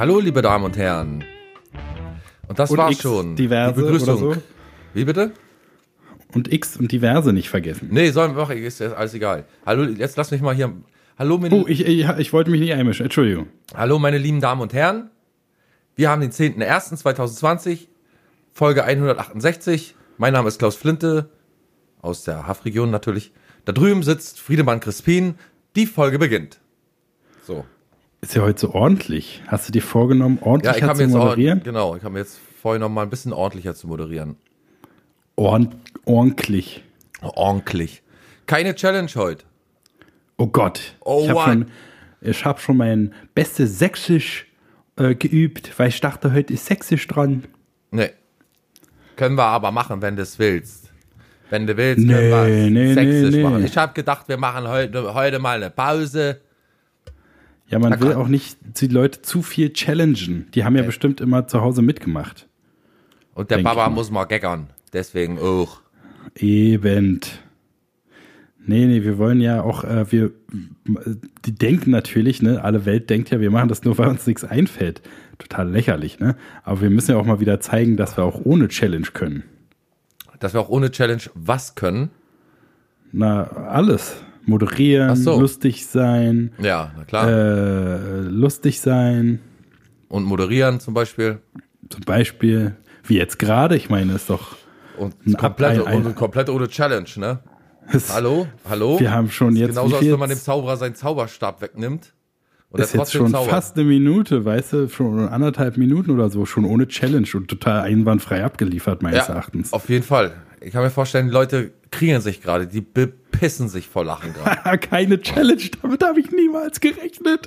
Hallo, liebe Damen und Herren. Und das war's schon. Diverse die Begrüßung. oder so. Wie bitte? Und X und diverse nicht vergessen. Nee, sollen wir machen, ist ja alles egal. Hallo, jetzt lass mich mal hier. Hallo, meine, ich wollte mich nicht einmischen, Entschuldigung. Hallo, meine lieben Damen und Herren. Wir haben den 10.01.2020, Folge 168. Mein Name ist Klaus Flinte, aus der Haffregion natürlich. Da drüben sitzt Friedemann Crispin. Die Folge beginnt. So. Ist ja heute so ordentlich. Hast du dir vorgenommen, ordentlicher zu moderieren? Genau, ich habe mir jetzt vorgenommen, mal ein bisschen ordentlicher zu moderieren. Ordentlich. Ordentlich. Keine Challenge heute. Oh Gott. Oh, ich habe schon mein bestes Sächsisch geübt, weil ich dachte, heute ist Sächsisch dran. Nee. Können wir aber machen, wenn du es willst. Wenn du willst, können wir Sächsisch machen. Ich habe gedacht, wir machen heute mal eine Pause. Ja, man will auch nicht die Leute zu viel challengen. Die haben ja bestimmt immer zu Hause mitgemacht. Und der Papa muss mal geckern. Deswegen auch. Eben. Nee, wir wollen ja auch, die denken natürlich, ne, alle Welt denkt ja, wir machen das nur, weil uns nichts einfällt. Total lächerlich, ne? Aber wir müssen ja auch mal wieder zeigen, dass wir auch ohne Challenge können. Dass wir auch ohne Challenge was können? Na, alles. Moderieren, lustig sein. Ja, na klar. Lustig sein. Und moderieren zum Beispiel. Zum Beispiel, wie jetzt gerade, ich meine, ist doch... Und komplett ohne Challenge, ne? Hallo? Wir haben schon jetzt... Genauso, als wenn man dem Zauberer seinen Zauberstab wegnimmt. Und das ist jetzt schon fast eine Minute, weißt du, schon 1,5 Minuten oder so, schon ohne Challenge und total einwandfrei abgeliefert, meines Erachtens. Auf jeden Fall. Ich kann mir vorstellen, die Leute kriegen sich gerade, die bepissen sich vor Lachen gerade. Keine Challenge, damit habe ich niemals gerechnet.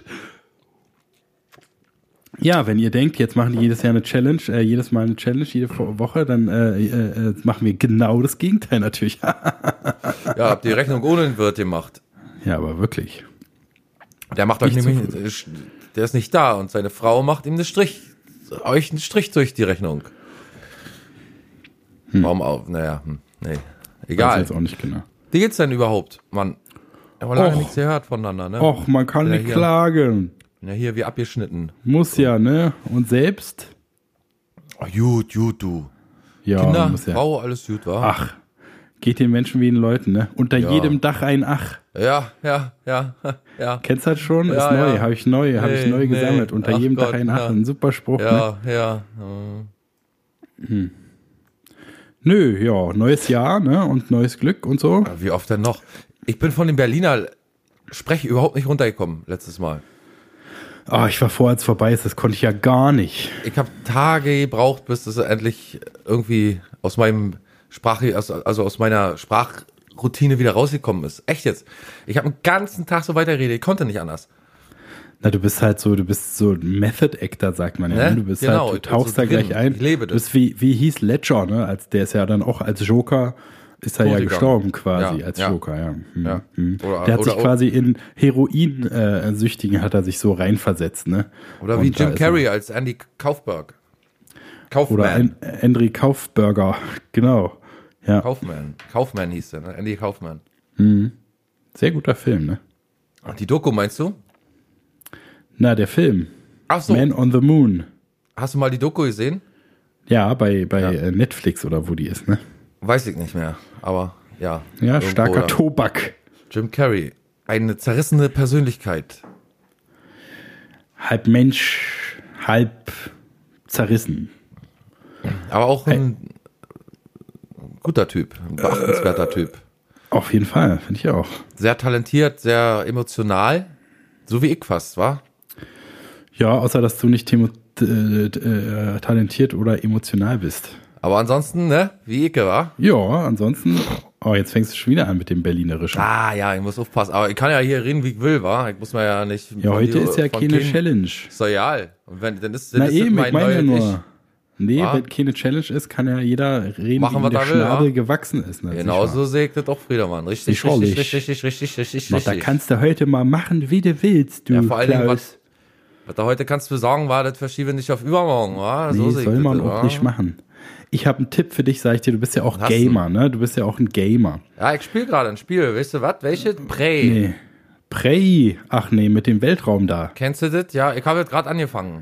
Ja, wenn ihr denkt, jetzt machen die jedes Jahr eine Challenge, jedes Mal eine Challenge, jede Woche, dann machen wir genau das Gegenteil natürlich. Ja, habt die Rechnung ohne den Wirt gemacht. Ja, aber wirklich. Der macht euch nämlich, der ist nicht da und seine Frau macht ihm euch einen Strich durch die Rechnung. Warum auch? Naja, nee. Egal. Weiß jetzt auch nicht genau. Wie geht's denn überhaupt, Mann? Wir haben lange nichts gehört voneinander, ne? Och, man kann nicht klagen. Ja, hier wie abgeschnitten. Muss ja, ne? Und selbst? Ach, gut, du. Ja, Kinder, muss ja. Frau, alles gut, wa? Ach, geht den Menschen wie den Leuten, ne? Unter jedem Dach ein Ach. Ja. Kennst du das schon? Ja, ist neu, ja. habe ich neu gesammelt. Unter jedem Dach ein Ach, ein super Spruch, ne? Ja. Nö, ja, neues Jahr, ne? Und neues Glück und so. Wie oft denn noch? Ich bin von dem Berliner Sprech überhaupt nicht runtergekommen, letztes Mal. Ich war froh, als es vorbei ist, das konnte ich ja gar nicht. Ich habe Tage gebraucht, bis das endlich irgendwie aus meiner Sprachroutine wieder rausgekommen ist. Echt jetzt. Ich habe den ganzen Tag so weitergeredet, ich konnte nicht anders. Na, du bist so ein Method Actor, sagt man ja. Ne? Du bist genau, du tauchst da gleich ein. Ich lebe das. Du bist wie hieß Ledger, ne? Der ist ja dann auch als Joker, ist er ja gestorben quasi als Joker, ja. Der hat sich quasi in Heroinsüchtigen hat er sich so reinversetzt, ne? Oder wie Jim Carrey als Andy Kaufman. Oder Andy Kaufberger, genau. Ja. Kaufman hieß der, ne? Andy Kaufman. Sehr guter Film, ne? Und die Doku meinst du? Na, der Film. Ach so. Man on the Moon. Hast du mal die Doku gesehen? Ja, bei Netflix oder wo die ist, ne? Weiß ich nicht mehr, aber ja. Ja, starker Tobak. Jim Carrey, eine zerrissene Persönlichkeit. Halb Mensch, halb zerrissen. Aber auch ein guter Typ, ein beachtenswerter Typ. Auf jeden Fall, finde ich auch. Sehr talentiert, sehr emotional, so wie ich fast, wa? Ja, außer dass du nicht talentiert oder emotional bist. Aber ansonsten, ne, wie ich, wa? Ja, ansonsten, jetzt fängst du schon wieder an mit dem Berlinerischen. Ja, ich muss aufpassen. Aber ich kann ja hier reden, wie ich will, wa? Ich muss mir ja nicht... Ja, heute ist ja keine Challenge. Ist doch egal. Und dann ist eben, mein ich meine ja nur. Nee, wa? Wenn keine Challenge ist, kann ja jeder reden, machen, wie der Schnabel gewachsen ist. Ne? Genau so sägt das doch Friedemann. Richtig. Da kannst du heute mal machen, wie du willst, du ja, vor allen Dingen, Klaus. Was du heute kannst du sagen, war, das verschiebe nicht auf übermorgen, wa? Nee, so soll man auch nicht machen. Ich habe einen Tipp für dich, sag ich dir, du bist ja auch Gamer, ne? Du bist ja auch ein Gamer. Ja, ich spiele gerade ein Spiel, weißt du was? Welche? Prey. Nee. Prey. Ach nee, mit dem Weltraum da. Kennst du das? Ja, ich habe jetzt gerade angefangen.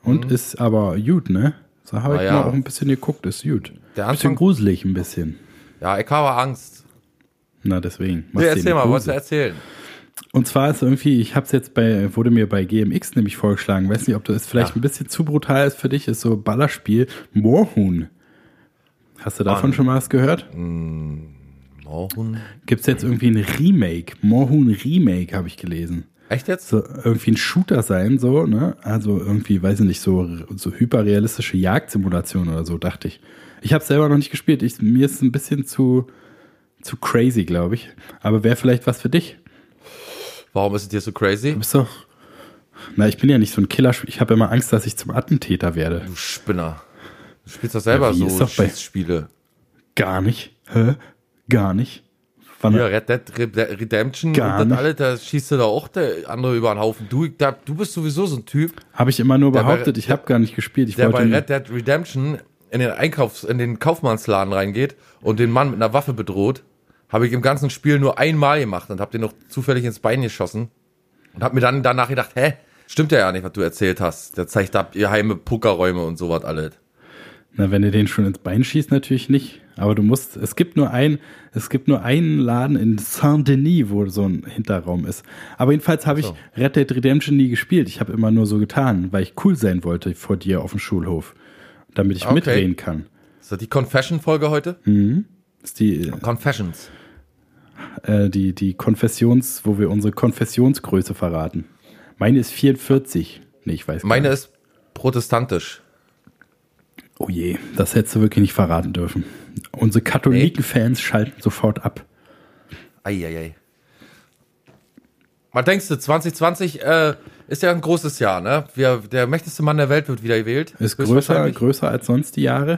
und ist aber gut, ne? So habe ich ja. mal auch ein bisschen geguckt, ist gut. Der Ein bisschen Anfang, gruselig, ein bisschen. ja, ich habe Angst. Na, deswegen. Nee, erzähl mal, was du erzählen? Und zwar ist irgendwie, ich habe es jetzt wurde mir bei GMX nämlich vorgeschlagen, weiß nicht, ob das vielleicht ein bisschen zu brutal ist für dich, ist so Ballerspiel Moorhuhn. Hast du davon schon mal was gehört? Moorhuhn? Gibt's jetzt irgendwie ein Remake, Moorhuhn Remake, habe ich gelesen. Echt jetzt? So irgendwie ein Shooter sein, so, ne? Also irgendwie, weiß ich nicht, so hyperrealistische Jagdsimulation oder so, dachte ich. Ich habe selber noch nicht gespielt. Mir ist es ein bisschen zu crazy, glaube ich. Aber wäre vielleicht was für dich. Warum ist es dir so crazy? Du bist doch. Na, ich bin ja nicht so ein Killer. Ich habe immer Angst, dass ich zum Attentäter werde. Du Spinner. Du spielst doch selber Ja, wie ist so doch bei- Schießspiele. Gar nicht. Hä? Gar nicht. Wann, Ja, Red Dead Redemption Gar und das nicht. alles, da schießt du da auch der andere über den Haufen. Du bist sowieso so ein Typ, habe ich immer nur Der bei- behauptet, ich habe gar nicht gespielt. Ich der bei wollte. Red Dead Redemption in den Kaufmannsladen reingeht und den Mann mit einer Waffe bedroht. Habe ich im ganzen Spiel nur einmal gemacht und habe den noch zufällig ins Bein geschossen. Und habe mir dann danach gedacht, stimmt ja nicht, was du erzählt hast. Der zeigt da geheime Pokerräume und sowas alles. Na, wenn du den schon ins Bein schießt, natürlich nicht. Aber es gibt nur einen Laden in Saint-Denis, wo so ein Hinterraum ist. Aber jedenfalls habe ich Red Dead Redemption nie gespielt. Ich habe immer nur so getan, weil ich cool sein wollte vor dir auf dem Schulhof. Damit ich mitreden kann. Ist das die Confession-Folge heute? Das ist die Confessions. die Konfessions, wo wir unsere Konfessionsgröße verraten. Meine ist 44. Nee, ich weiß gar Meine nicht. ist protestantisch. Oh je, das hättest du wirklich nicht verraten dürfen. Unsere Katholiken-Fans schalten sofort ab. Eieiei. Was denkst du, 2020 ist ja ein großes Jahr, ne? Der mächtigste Mann der Welt wird wieder gewählt. Ist Höchstwahrscheinlich. größer als sonst die Jahre.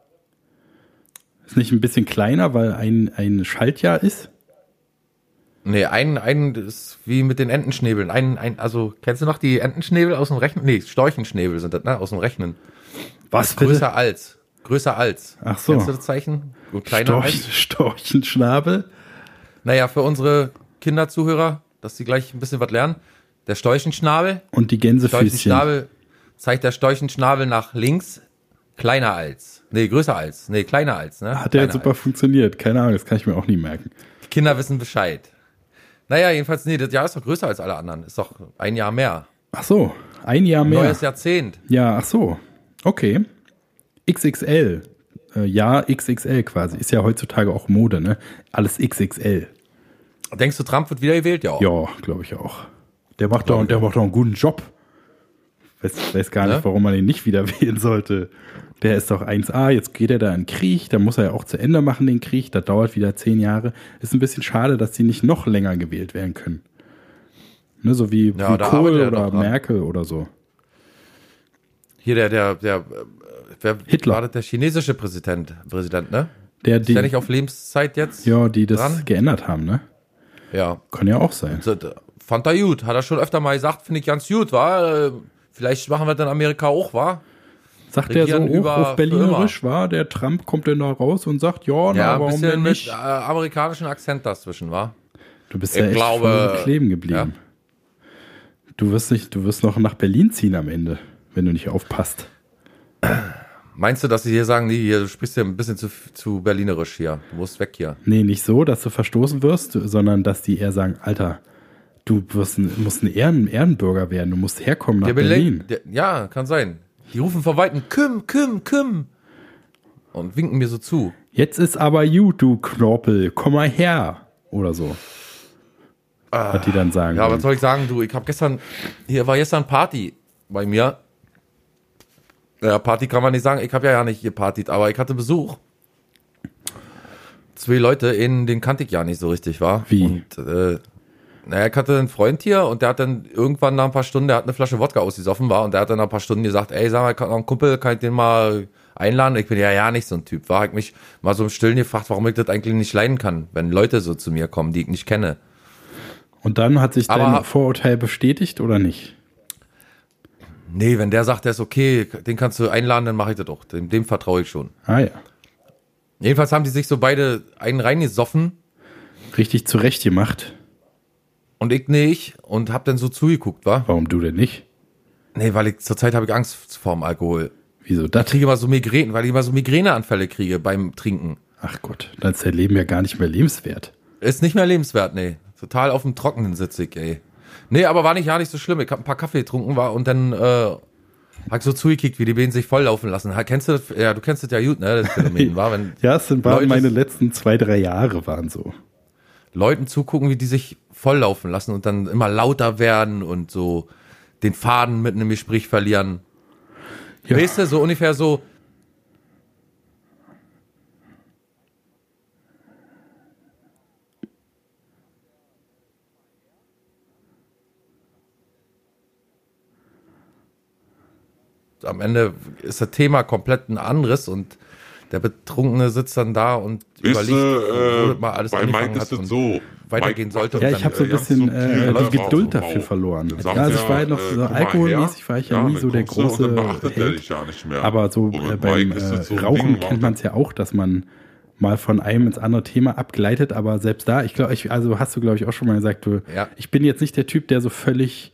Ist nicht ein bisschen kleiner, weil ein Schaltjahr ist? Nee, ein ist wie mit den Entenschnäbeln. Also, kennst du noch die Entenschnäbel aus dem Rechnen? Nee, Storchenschnäbel sind das, ne? Aus dem Rechnen. Was bitte? Größer als. Ach so. Kennst du das Zeichen? Und kleiner als. Storchenschnabel? Naja, für unsere Kinderzuhörer, dass sie gleich ein bisschen was lernen. Der Storchenschnabel. Und die Gänsefüßchen. Storchenschnabel zeigt der Storchenschnabel nach links. Kleiner als. Nee, größer als. Nee, kleiner als, ne? Hat ja Kleiner super funktioniert. Keine Ahnung, das kann ich mir auch nie merken. Die Kinder wissen Bescheid. Naja, jedenfalls, nee, das Jahr ist doch größer als alle anderen. Ist doch ein Jahr mehr. Ach so, ein Jahr mehr. Neues Jahrzehnt. Ja, ach so. Okay. XXL. Ja, XXL quasi. Ist ja heutzutage auch Mode, ne? Alles XXL. Denkst du, Trump wird wieder gewählt? Ja. Ja, glaube ich auch. Der macht doch einen guten Job. Weiß gar nicht, warum man ihn nicht wieder wählen sollte. Der ist doch 1A, jetzt geht er da in den Krieg, da muss er ja auch zu Ende machen, den Krieg, das dauert wieder 10 Jahre. Ist ein bisschen schade, dass die nicht noch länger gewählt werden können. Ne, so wie Ja, da Kohl arbeitet er oder doch dran. Merkel oder so. Hier wer Hitler. war das, der chinesische Präsident, ne? Der, Ist der nicht auf Lebenszeit jetzt? ja, die das dran? geändert haben, ne? Ja. Kann ja auch sein. Fand er gut. Hat er schon öfter mal gesagt, finde ich ganz gut, war. Vielleicht machen wir das in Amerika auch, war? Sagt der so Regieren über auf Berlinerisch, war der Trump kommt denn da raus und sagt, ja, na, Ja, ein warum bisschen denn mit nicht? amerikanischen Akzent dazwischen, war? Du bist ich ja echt glaube, voll kleben geblieben. Du wirst noch nach Berlin ziehen am Ende, wenn du nicht aufpasst. Meinst du, dass sie hier sagen, nee, hier, du sprichst ja ein bisschen zu berlinerisch hier. Du musst weg hier. Nee, nicht so, dass du verstoßen wirst, sondern dass die eher sagen, Alter, du musst ein Ehrenbürger werden, du musst herkommen nach Berlin. Ja, kann sein. Die rufen von Weitem, Küm. Und winken mir so zu. Jetzt ist aber gut, du Knorpel, komm mal her. Oder so. Was die dann sagen. Ja, wollen. was soll ich sagen, du? Hier war gestern Party bei mir. Ja, Party kann man nicht sagen. Ich habe ja nicht gepartied, aber ich hatte Besuch. 2 Leute, den kannte ich ja nicht so richtig, war. Wie? Und, ich hatte einen Freund hier und der hat dann irgendwann nach ein paar Stunden, der hat eine Flasche Wodka ausgesoffen, war, und der hat dann nach ein paar Stunden gesagt, ey, sag mal, ich hab noch einen Kumpel, kann ich den mal einladen? Ich bin ja nicht so ein Typ, war. Ich mich mal so im Stillen gefragt, warum ich das eigentlich nicht leiden kann, wenn Leute so zu mir kommen, die ich nicht kenne. Und dann hat sich dein Aber- Vorurteil bestätigt oder nicht? Nee, wenn der sagt, der ist okay, den kannst du einladen, dann mache ich das doch. Dem vertraue ich schon. Ah ja. Jedenfalls haben die sich so beide einen reingesoffen Richtig zurecht gemacht. und ich nicht und hab dann so zugeguckt, wa? Warum du denn nicht? Nee, weil zurzeit habe ich Angst vorm Alkohol. Wieso Ich das? kriege immer so Migräne, weil ich immer so Migräneanfälle kriege beim Trinken. Ach Gott, dann ist dein Leben ja gar nicht mehr lebenswert. Ist nicht mehr lebenswert, nee. Total auf dem Trockenen sitze ich, ey. Nee, aber war nicht gar nicht so schlimm. Ich habe ein paar Kaffee getrunken und dann hab ich so zugekickt, wie die Bäden sich volllaufen lassen. Kennst du das? Ja, du kennst das ja gut, ne? Das Phänomen war, wenn Ja, es waren meine letzten 2-3 Jahre waren so. Leuten zugucken, wie die sich volllaufen lassen und dann immer lauter werden und so den Faden mitten im Gespräch verlieren. Ja. Weißt du, so ungefähr so. Am Ende ist das Thema komplett ein anderes und der Betrunkene sitzt dann da und überlegt, wo das mal alles bei angefangen Mike hat ist es und so. weitergehen sollte. Ja, Und ich dann, habe so ein bisschen die Geduld dafür verloren. Dann sagt Ja, also ich er, war ja noch so guck mal alkoholmäßig, her. war ich ja nie dann so der kommst du und dann große beachtet er Held. dich ja nicht mehr. Aber so Und mit beim Mike ist es so ein Rauchen Ding, kennt man es ja auch, dass man mal von einem ins andere Thema abgleitet, aber selbst da, ich glaube, also hast du, glaube ich, auch schon mal gesagt, ich bin jetzt nicht der Typ, der so völlig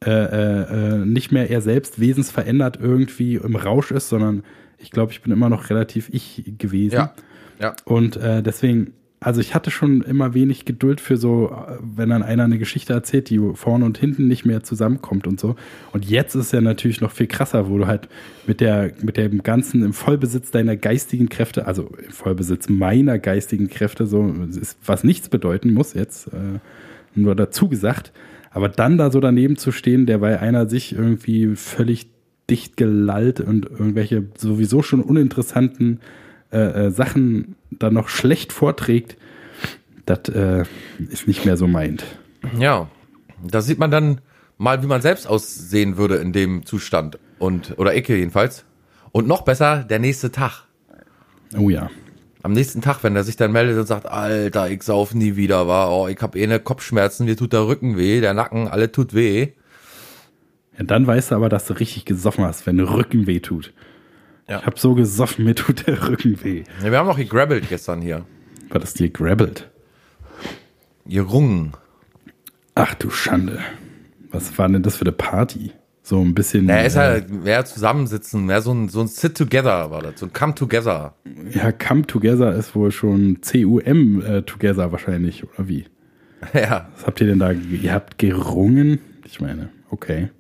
nicht mehr er selbst wesensverändert irgendwie im Rausch ist, sondern ich glaube, ich bin immer noch relativ ich gewesen. Ja. Und deswegen, also ich hatte schon immer wenig Geduld für so, wenn dann einer eine Geschichte erzählt, die vorne und hinten nicht mehr zusammenkommt und so. Und jetzt ist ja natürlich noch viel krasser, wo du halt mit dem Ganzen im Vollbesitz deiner geistigen Kräfte, also im Vollbesitz meiner geistigen Kräfte, so ist, was nichts bedeuten muss jetzt, nur dazu gesagt, aber dann da so daneben zu stehen, der bei einer sich irgendwie völlig dicht gelallt und irgendwelche sowieso schon uninteressanten Sachen dann noch schlecht vorträgt, das ist nicht mehr so meint. Ja, da sieht man dann mal, wie man selbst aussehen würde in dem Zustand. Oder Ecke jedenfalls. Und noch besser, der nächste Tag. Oh ja. Am nächsten Tag, wenn er sich dann meldet und sagt, Alter, ich sauf nie wieder, ich hab eine Kopfschmerzen, mir tut der Rücken weh, der Nacken, alles tut weh. Ja, dann weißt du aber, dass du richtig gesoffen hast, wenn der Rücken weh tut. Ja. Ich hab so gesoffen, mir tut der Rücken weh. Ja, wir haben noch gegrabbelt gestern hier. War das dir grabbelt? Gerungen. Ach du Schande. Was war denn das für eine Party? So ein bisschen. Naja, ist halt mehr zusammensitzen, mehr so ein Sit-Together war das, so ein Come-Together. Ja, Come-Together ist wohl schon CUM-Together wahrscheinlich, oder wie? Ja. Was habt ihr denn da? Ihr habt gerungen? Ich meine, okay.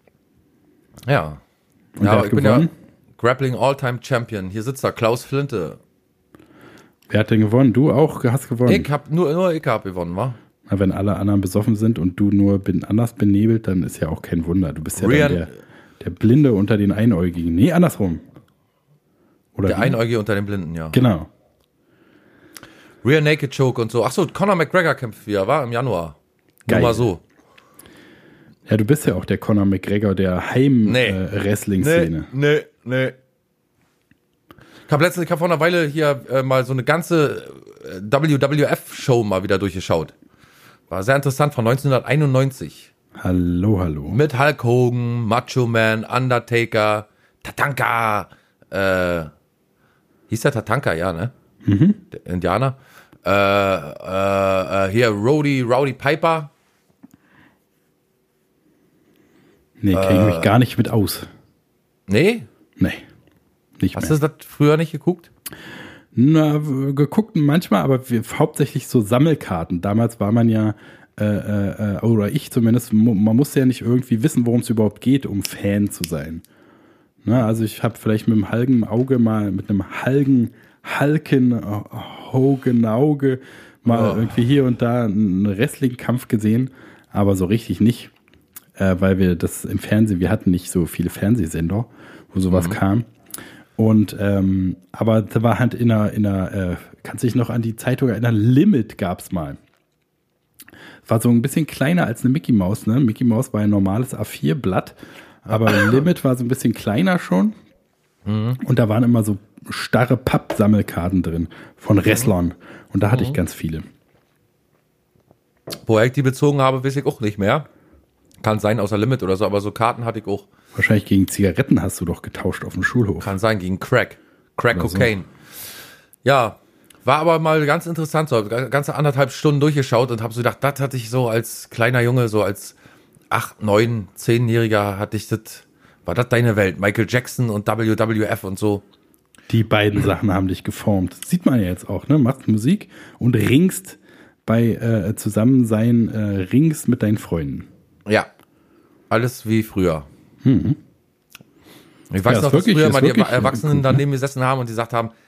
Ja. Und wer hat ich bin gewonnen? ja Grappling All-Time Champion. Hier sitzt da Klaus Flinte. Wer hat denn gewonnen? Du auch hast gewonnen? Ich hab nur ich hab gewonnen, wa? Na, wenn alle anderen besoffen sind und du nur anders benebelt, dann ist ja auch kein Wunder. Du bist ja dann der Blinde unter den Einäugigen. Nee, andersrum. Oder Der wie? Einäugige unter den Blinden, ja. Genau. Rear Naked Choke und so. Achso, Conor McGregor kämpft wieder, war im Januar. Geil. Nur mal so. Ja, du bist ja auch der Conor McGregor der Heim-Wrestling-Szene. Nee. Ich habe vor einer Weile hier mal so eine ganze WWF-Show mal wieder durchgeschaut. War sehr interessant, von 1991. Hallo. Mit Hulk Hogan, Macho Man, Undertaker, Tatanka. Hieß der Tatanka, ja, ne? Mhm. Der Indianer. Hier Rowdy Piper. Nee, kenne ich mich gar nicht mit aus. Nee? Nee, nicht Hast mehr. du das früher nicht geguckt? Na, geguckt manchmal, aber hauptsächlich so Sammelkarten. Damals war man ja, oder ich zumindest, man musste ja nicht irgendwie wissen, worum es überhaupt geht, um Fan zu sein. Na, also ich habe vielleicht mit einem halben Auge mal, mit einem Hogan-Auge mal irgendwie hier und da einen Wrestling-Kampf gesehen, aber so richtig nicht, weil wir das im Fernsehen, wir hatten nicht so viele Fernsehsender, wo sowas kam. Und aber da war halt in einer kannst du dich noch an die Zeitung erinnern, Limit gab's mal. War so ein bisschen kleiner als eine Mickey Maus, ne? Mickey Maus war ein normales A4-Blatt, aber Limit war so ein bisschen kleiner schon. Und da waren immer so starre Pappsammelkarten drin von Wrestlern. Und da hatte ich ganz viele. Woher ich die bezogen habe, weiß ich auch nicht mehr. Kann sein, außer Limit oder so, aber so Karten hatte ich auch. Wahrscheinlich gegen Zigaretten hast du doch getauscht auf dem Schulhof. Kann sein, gegen Crack Oder so. Cocaine. Ja, war aber mal ganz interessant, so ganze 1,5 Stunden durchgeschaut und habe so gedacht, das hatte ich so als kleiner Junge, so als 8, 9, 10-Jähriger hatte ich das War das deine Welt? Michael Jackson und WWF und so. Die beiden Sachen haben dich geformt. Das sieht man ja jetzt auch, ne? Machst Musik und ringst bei Zusammensein, ringst mit deinen Freunden. Ja. Alles wie früher. Ich weiß Ja, noch, dass wirklich, früher ist mal die wirklich Erwachsenen gut, daneben gesessen haben und die gesagt haben,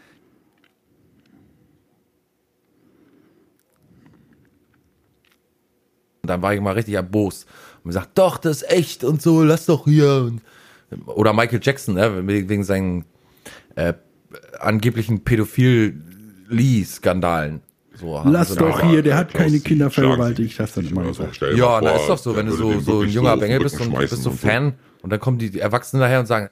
und dann war ich mal richtig erbost und gesagt, doch, das ist echt und so, lass doch hier. Oder Michael Jackson, ne, wegen seinen angeblichen Pädophilie-Skandalen. So, Lass also, doch hier, der hat keine Kinder vergewaltigt. Das dann immer so. gesagt. Ja, na ist doch so, wenn du so ein junger Bengel bist und bist so Fan und dann kommen die Erwachsenen daher und sagen,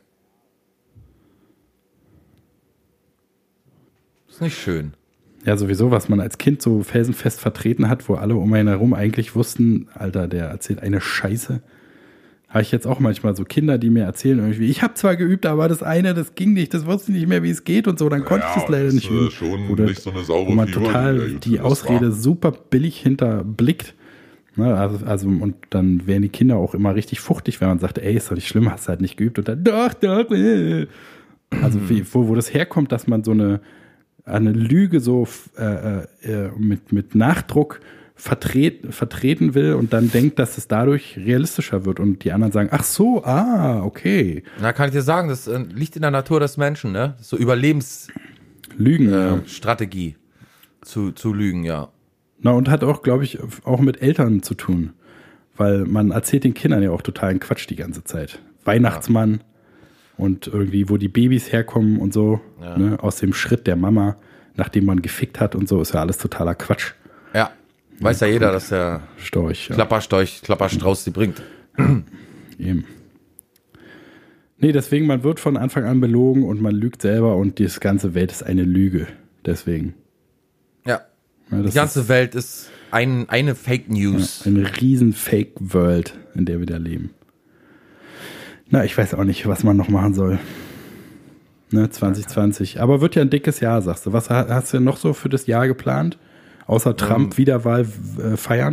das ist nicht schön. Ja, sowieso, was man als Kind so felsenfest vertreten hat, wo alle um einen herum eigentlich wussten, Alter, der erzählt eine Scheiße. Habe ich jetzt auch manchmal so Kinder, die mir erzählen irgendwie, ich habe zwar geübt, aber das ging nicht, das wusste ich nicht mehr, wie es geht und so, dann konnte ich es leider nicht üben. Schon Oder, nicht so eine saubere wo man Figur, total die Ausrede super billig hinterblickt. Ne, also, und dann wären die Kinder auch immer richtig fuchtig, wenn man sagt, ey, ist doch nicht schlimm, hast halt nicht geübt und dann, doch. Also wo das herkommt, dass man so eine Lüge so mit Nachdruck vertreten will und dann denkt, dass es dadurch realistischer wird und die anderen sagen, ach so, okay. Na, kann ich dir sagen, das liegt in der Natur des Menschen, ne? Das ist so Lügen, Strategie zu lügen, ja. Na, und hat auch, glaube ich, auch mit Eltern zu tun, weil man erzählt den Kindern ja auch totalen Quatsch die ganze Zeit. Weihnachtsmann und irgendwie, wo die Babys herkommen und so, ne? Aus dem Schritt der Mama, nachdem man gefickt hat und so, ist ja alles totaler Quatsch. Ja. Weiß ja jeder, dass der Storch, Klapperstrauß die bringt. Eben. Nee, deswegen, man wird von Anfang an belogen und man lügt selber und die ganze Welt ist eine Lüge. Deswegen. Ja. Ja, Die ganze Welt ist eine Fake News. Ja, eine riesen Fake-World, in der wir da leben. Na, ich weiß auch nicht, was man noch machen soll. Ne, 2020. Aber wird ja ein dickes Jahr, sagst du. Was hast du noch so für das Jahr geplant? Außer Trump Wiederwahl feiern?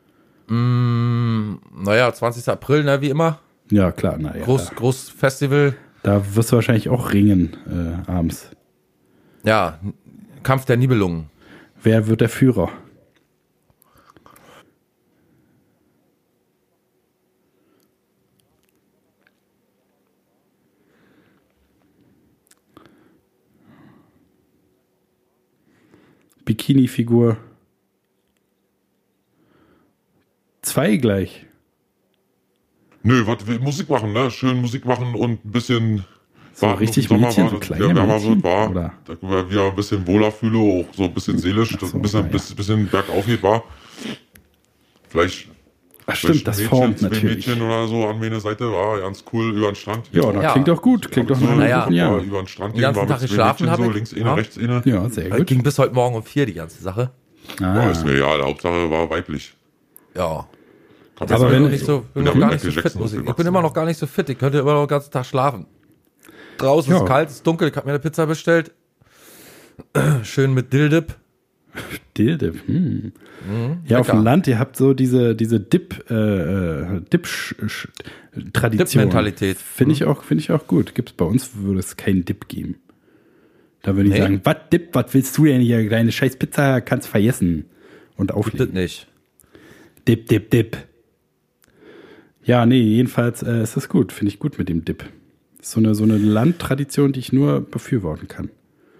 Naja, 20. April, ne, wie immer. Ja, klar. Na, ja, Groß Festival. Da wirst du wahrscheinlich auch ringen abends. Ja, Kampf der Nibelungen. Wer wird der Führer? Bikini-Figur. 2 gleich. Nö, Musik machen, ne? Schön Musik machen und ein bisschen So warten, richtig Sommer Mädchen, war, so kleine der wärmer Mädchen, wird, oder? Da wir wieder ein bisschen wohler fühle, auch so ein bisschen seelisch, Ach so, ein bisschen bergauf geht, war. Vielleicht Ach stimmt, das formt zwei natürlich. Mädchen oder so an meiner Seite, war ganz cool über den Strand. Ja, das klingt doch gut. Klingt doch nach einem Naja. guten Jahr. Über den Strand Den ganzen war Tag mit zwei geschlafen Mädchen habe so, ich. links eine, Ja. rechts eine. Ja, sehr gut. Ging bis heute Morgen um 4 die ganze Sache. Ja, ist mir egal, Hauptsache war weiblich. Ja. Aber wenn Ich bin noch gar nicht so fit, muss ich. Ich bin immer noch gar nicht so fit. Ich könnte immer noch den ganzen Tag schlafen. Draußen ist kalt, ist dunkel. Ich habe mir eine Pizza bestellt. Schön mit Dildip. Dildip. Ja, auf dem Land, ihr habt so diese Dip-Tradition. Dip-Mentalität. Finde ich auch gut. Gibt's bei uns, würde es keinen Dip geben. Da würde ich sagen, was Dip, was willst du denn hier? Deine scheiß Pizza kannst vergessen. Und Gibt auflegen. das nicht. Dip. Ja, nee, jedenfalls ist das gut. Finde ich gut mit dem Dip. Das ist so eine Landtradition, die ich nur befürworten kann.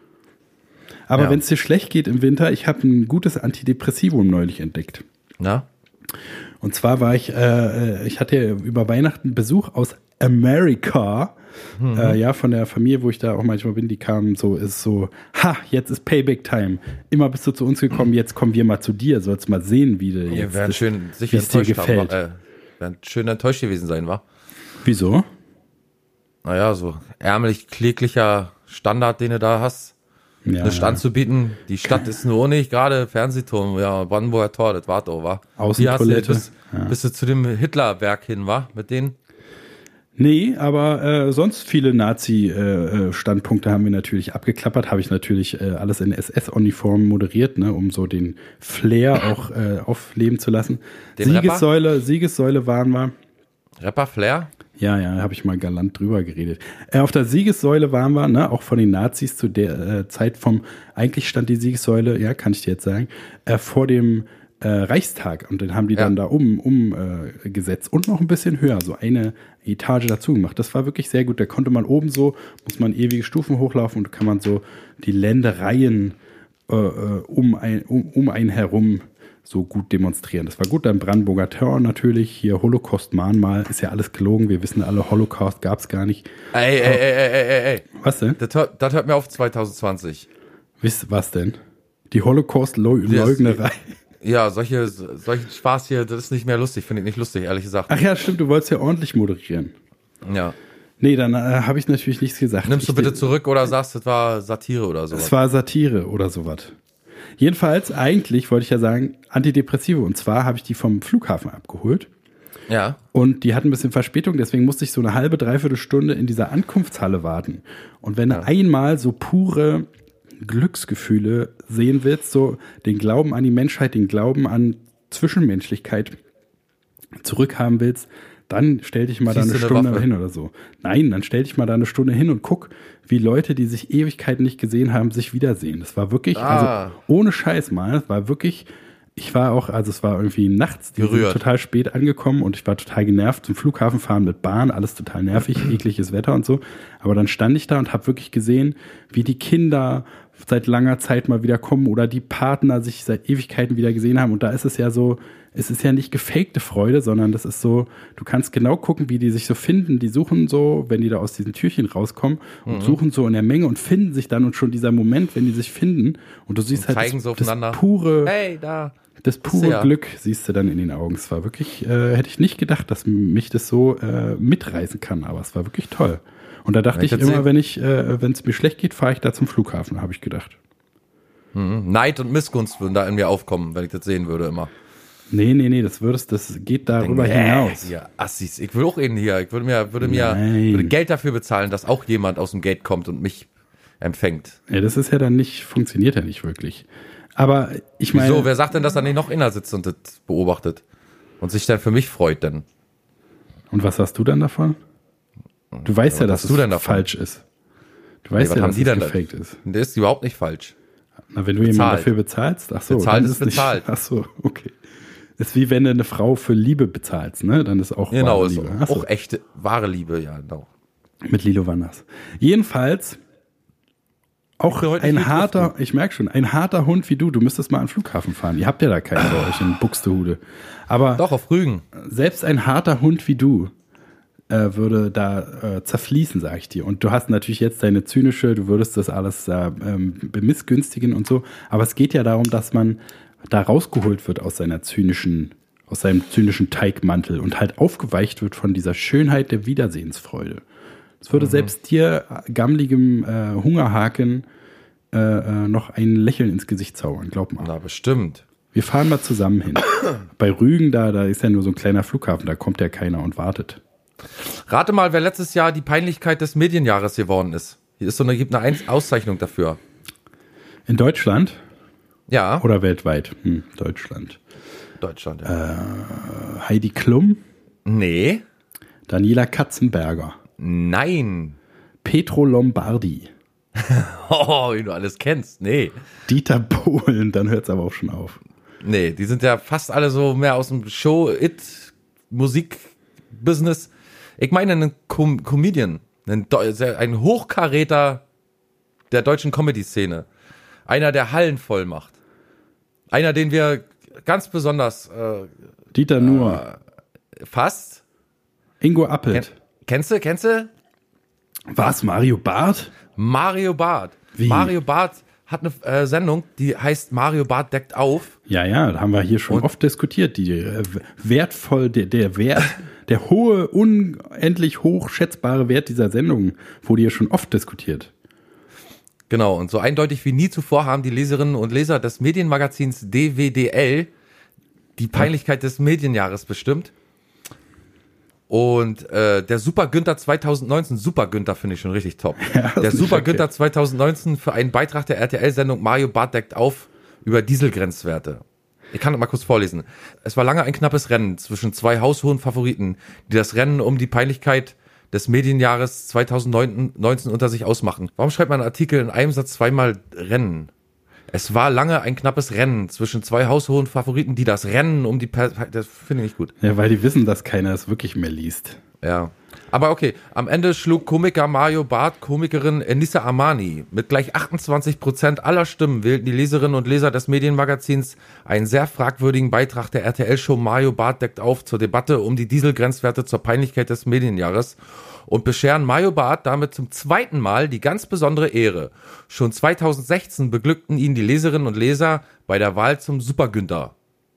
Aber Ja. wenn es dir schlecht geht im Winter, ich habe ein gutes Antidepressivum neulich entdeckt. Na? Und zwar war ich hatte über Weihnachten Besuch aus Amerika. Ja, von der Familie, wo ich da auch manchmal bin, die kamen jetzt ist Payback Time. Immer bist du zu uns gekommen, jetzt kommen wir mal zu dir. Sollst mal sehen, wie Wir jetzt werden schön sicher wie es dir gefällt. Werden schön enttäuscht gewesen sein, wa? Wieso? Naja, so ärmlich kläglicher Standard, den du da hast. Ja, Eine Stand zu bieten. Die Stadt ist nur nicht gerade Fernsehturm, ja, Brandenburger Tor, das war doch, wa? Außentoilette. Bist du zu dem Hitlerwerk hin, wa? Mit denen? Nee, aber sonst viele Nazi-Standpunkte haben wir natürlich abgeklappert. Habe ich natürlich alles in SS-Uniform moderiert, ne, um so den Flair auch aufleben zu lassen. Den Siegessäule waren wir. Rapper Flair? Ja, habe ich mal galant drüber geredet. Auf der Siegessäule waren wir, ne, auch von den Nazis zu der Zeit eigentlich stand die Siegessäule, ja, kann ich dir jetzt sagen, vor dem Reichstag. Und den haben die dann da umgesetzt und noch ein bisschen höher, so eine Etage dazu gemacht. Das war wirklich sehr gut. Da konnte man oben so, muss man ewige Stufen hochlaufen und kann man so die Ländereien um einen herum so gut demonstrieren. Das war gut. Dann Brandenburger Tor natürlich, hier Holocaust-Mahnmal, ist ja alles gelogen. Wir wissen alle, Holocaust gab es gar nicht. Ey. Was denn? Das hört mir auf 2020. Was denn? Die Holocaust-Leugnerei. Ja, solchen Spaß hier, das ist nicht mehr lustig, finde ich nicht lustig, ehrlich gesagt. Ach ja, stimmt, du wolltest ja ordentlich moderieren. Ja. Nee, dann habe ich natürlich nichts gesagt. Nimmst du bitte zurück oder sagst, das war Satire oder sowas? Es war Satire oder sowas. Jedenfalls, eigentlich wollte ich ja sagen, Antidepressive. Und zwar habe ich die vom Flughafen abgeholt. Ja. Und die hatten ein bisschen Verspätung, deswegen musste ich so eine halbe, dreiviertel Stunde in dieser Ankunftshalle warten. Und wenn du einmal so pure Glücksgefühle sehen willst, so den Glauben an die Menschheit, den Glauben an Zwischenmenschlichkeit zurückhaben willst, dann stell dich mal da eine Stunde hin oder so. Nein, dann stell dich mal da eine Stunde hin und guck, wie Leute, die sich Ewigkeiten nicht gesehen haben, sich wiedersehen. Das war wirklich, also ohne Scheiß mal, es war wirklich, es war irgendwie nachts, die sind total spät angekommen und ich war total genervt. Zum Flughafen fahren mit Bahn, alles total nervig, ekliges Wetter und so. Aber dann stand ich da und habe wirklich gesehen, wie die Kinder seit langer Zeit mal wieder kommen oder die Partner sich seit Ewigkeiten wieder gesehen haben. Und da ist es ja so, es ist ja nicht gefakte Freude, sondern das ist so, du kannst genau gucken, wie die sich so finden. Die suchen so, wenn die da aus diesen Türchen rauskommen und suchen so in der Menge und finden sich dann und schon dieser Moment, wenn die sich finden und du siehst und halt das pure, hey, da. Das pure Glück siehst du dann in den Augen. Es war wirklich, hätte ich nicht gedacht, dass mich das so mitreißen kann, aber es war wirklich toll. Und da dachte ich immer, wenn es mir schlecht geht, fahre ich da zum Flughafen, habe ich gedacht. Neid und Missgunst würden da in mir aufkommen, wenn ich das sehen würde immer. Nee, das geht darüber hinaus. Ja, Assis, ich will auch eben hier, ich würde Geld dafür bezahlen, dass auch jemand aus dem Gate kommt und mich empfängt. Ja, das ist ja dann funktioniert ja nicht wirklich. Aber ich meine. Wieso? Wer sagt denn, dass er nicht noch inner sitzt und das beobachtet? Und sich dann für mich freut dann? Und was hast du dann davon? Du weißt ja, dass es falsch ist. Du weißt ja, dass es gefaked ist. Das ist überhaupt nicht falsch. Na, wenn du jemanden dafür bezahlst, ach so. Bezahlt ist bezahlt. Ach so, okay. Ist wie wenn du eine Frau für Liebe bezahlst, ne? Dann ist auch wahre Liebe. Genau, auch echte, wahre Liebe, ja, genau. Mit Lilo Wanders. Jedenfalls auch ein harter Hund wie du. Du müsstest mal an den Flughafen fahren. Ihr habt ja da keinen bei euch in Buxtehude. Aber doch, auf Rügen. Selbst ein harter Hund wie du würde da zerfließen, sag ich dir. Und du hast natürlich jetzt deine zynische, du würdest das alles bemissgünstigen und so. Aber es geht ja darum, dass man da rausgeholt wird aus seinem zynischen Teigmantel und halt aufgeweicht wird von dieser Schönheit der Wiedersehensfreude. Es würde selbst dir, gammligem Hungerhaken, noch ein Lächeln ins Gesicht zaubern, glaub mal. Na, bestimmt. Wir fahren mal zusammen hin. Bei Rügen, da ist ja nur so ein kleiner Flughafen, da kommt ja keiner und wartet. Rate mal, wer letztes Jahr die Peinlichkeit des Medienjahres geworden ist. Hier ist gibt eine Auszeichnung dafür. In Deutschland? Ja. Oder weltweit? Deutschland. Deutschland, ja. Heidi Klum? Nee. Daniela Katzenberger? Nein. Pietro Lombardi? Oh, wie du alles kennst. Nee. Dieter Bohlen, dann hört es aber auch schon auf. Nee, die sind ja fast alle so mehr aus dem Musik-Business. Ich meine einen Comedian, ein Hochkaräter der deutschen Comedy-Szene. Einer, der Hallen voll macht. Einer, den wir ganz besonders... Dieter Nuhr. Fast. Ingo Appelt. Kennst du? Was, Mario Barth? Mario Barth. Wie? Mario Barth hat eine Sendung, die heißt Mario Barth deckt auf. Ja, da haben wir hier schon oft diskutiert. Die der hohe, unendlich hochschätzbare Wert dieser Sendung wurde hier schon oft diskutiert. Genau, und so eindeutig wie nie zuvor haben die Leserinnen und Leser des Medienmagazins DWDL die Peinlichkeit des Medienjahres bestimmt. Und der Super Günther 2019, Super Günther finde ich schon richtig top. Ja, der Super Günther 2019 für einen Beitrag der RTL-Sendung Mario Barth deckt auf über Dieselgrenzwerte. Ich kann das mal kurz vorlesen. Es war lange ein knappes Rennen zwischen zwei haushohen Favoriten, die das Rennen um die Peinlichkeit des Medienjahres 2019 unter sich ausmachen. Warum schreibt man einen Artikel in einem Satz zweimal Rennen? Es war lange ein knappes Rennen zwischen zwei haushohen Favoriten, die das Rennen um die das finde ich nicht gut. Ja, weil die wissen, dass keiner es wirklich mehr liest. Ja. Aber okay, am Ende schlug Komiker Mario Barth Komikerin Enissa Armani. Mit gleich 28% aller Stimmen wählten die Leserinnen und Leser des Medienmagazins einen sehr fragwürdigen Beitrag der RTL-Show Mario Barth deckt auf zur Debatte um die Dieselgrenzwerte zur Peinlichkeit des Medienjahres und bescheren Mario Barth damit zum zweiten Mal die ganz besondere Ehre. Schon 2016 beglückten ihn die Leserinnen und Leser bei der Wahl zum Super Günther.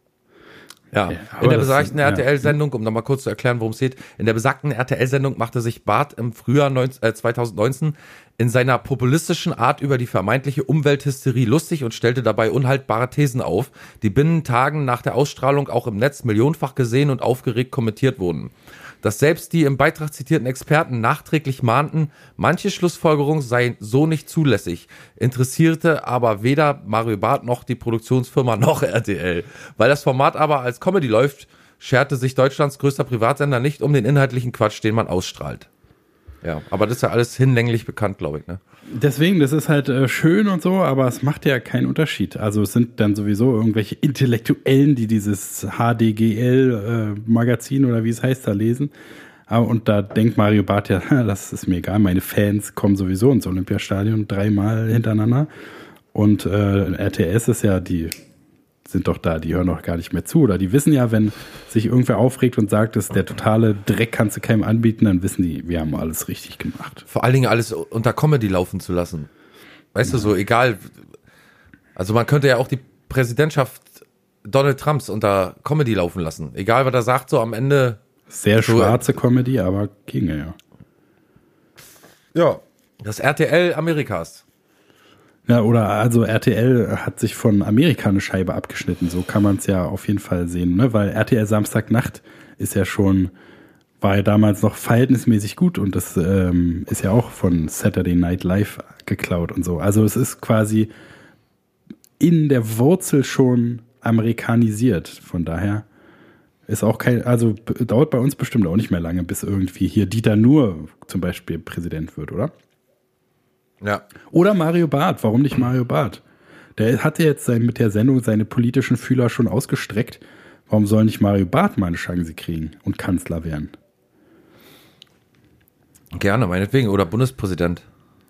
Ja, in der besagten RTL-Sendung, um nochmal kurz zu erklären, worum es geht, in der besagten RTL-Sendung machte sich Barth im Frühjahr 2019 in seiner populistischen Art über die vermeintliche Umwelthysterie lustig und stellte dabei unhaltbare Thesen auf, die binnen Tagen nach der Ausstrahlung auch im Netz millionenfach gesehen und aufgeregt kommentiert wurden. Dass selbst die im Beitrag zitierten Experten nachträglich mahnten, manche Schlussfolgerungen seien so nicht zulässig, interessierte aber weder Mario Barth noch die Produktionsfirma noch RTL. Weil das Format aber als Comedy läuft, scherte sich Deutschlands größter Privatsender nicht um den inhaltlichen Quatsch, den man ausstrahlt. Ja, aber das ist ja alles hinlänglich bekannt, glaube ich, ne? Deswegen, das ist halt schön und so, aber es macht ja keinen Unterschied. Also es sind dann sowieso irgendwelche Intellektuellen, die dieses HDGL-Magazin oder wie es heißt, da lesen. Und da denkt Mario Barth ja, das ist mir egal, meine Fans kommen sowieso ins Olympiastadion 3-mal hintereinander. Und RTS ist ja, die sind doch da, die hören doch gar nicht mehr zu. Oder die wissen ja, wenn sich irgendwer aufregt und sagt, das ist der totale Dreck, kannst du keinem anbieten, dann wissen die, wir haben alles richtig gemacht. Vor allen Dingen alles unter Comedy laufen zu lassen. Weißt du, so egal. Also man könnte ja auch die Präsidentschaft Donald Trumps unter Comedy laufen lassen. Egal, was er sagt, so am Ende. Sehr schwarze Comedy, aber ginge ja. Ja. Das RTL Amerikas. Ja, oder also RTL hat sich von Amerika eine Scheibe abgeschnitten, so kann man es ja auf jeden Fall sehen, ne? Weil RTL Samstagnacht ist ja schon, war ja damals noch verhältnismäßig gut und das ist ja auch von Saturday Night Live geklaut und so. Also es ist quasi in der Wurzel schon amerikanisiert, von daher ist auch kein, also dauert bei uns bestimmt auch nicht mehr lange, bis irgendwie hier Dieter Nuhr zum Beispiel Präsident wird, oder? Ja. Oder Mario Barth, warum nicht Mario Barth? Der hatte jetzt mit der Sendung seine politischen Fühler schon ausgestreckt. Warum soll nicht Mario Barth mal eine Chance kriegen und Kanzler werden? Gerne, meinetwegen. Oder Bundespräsident.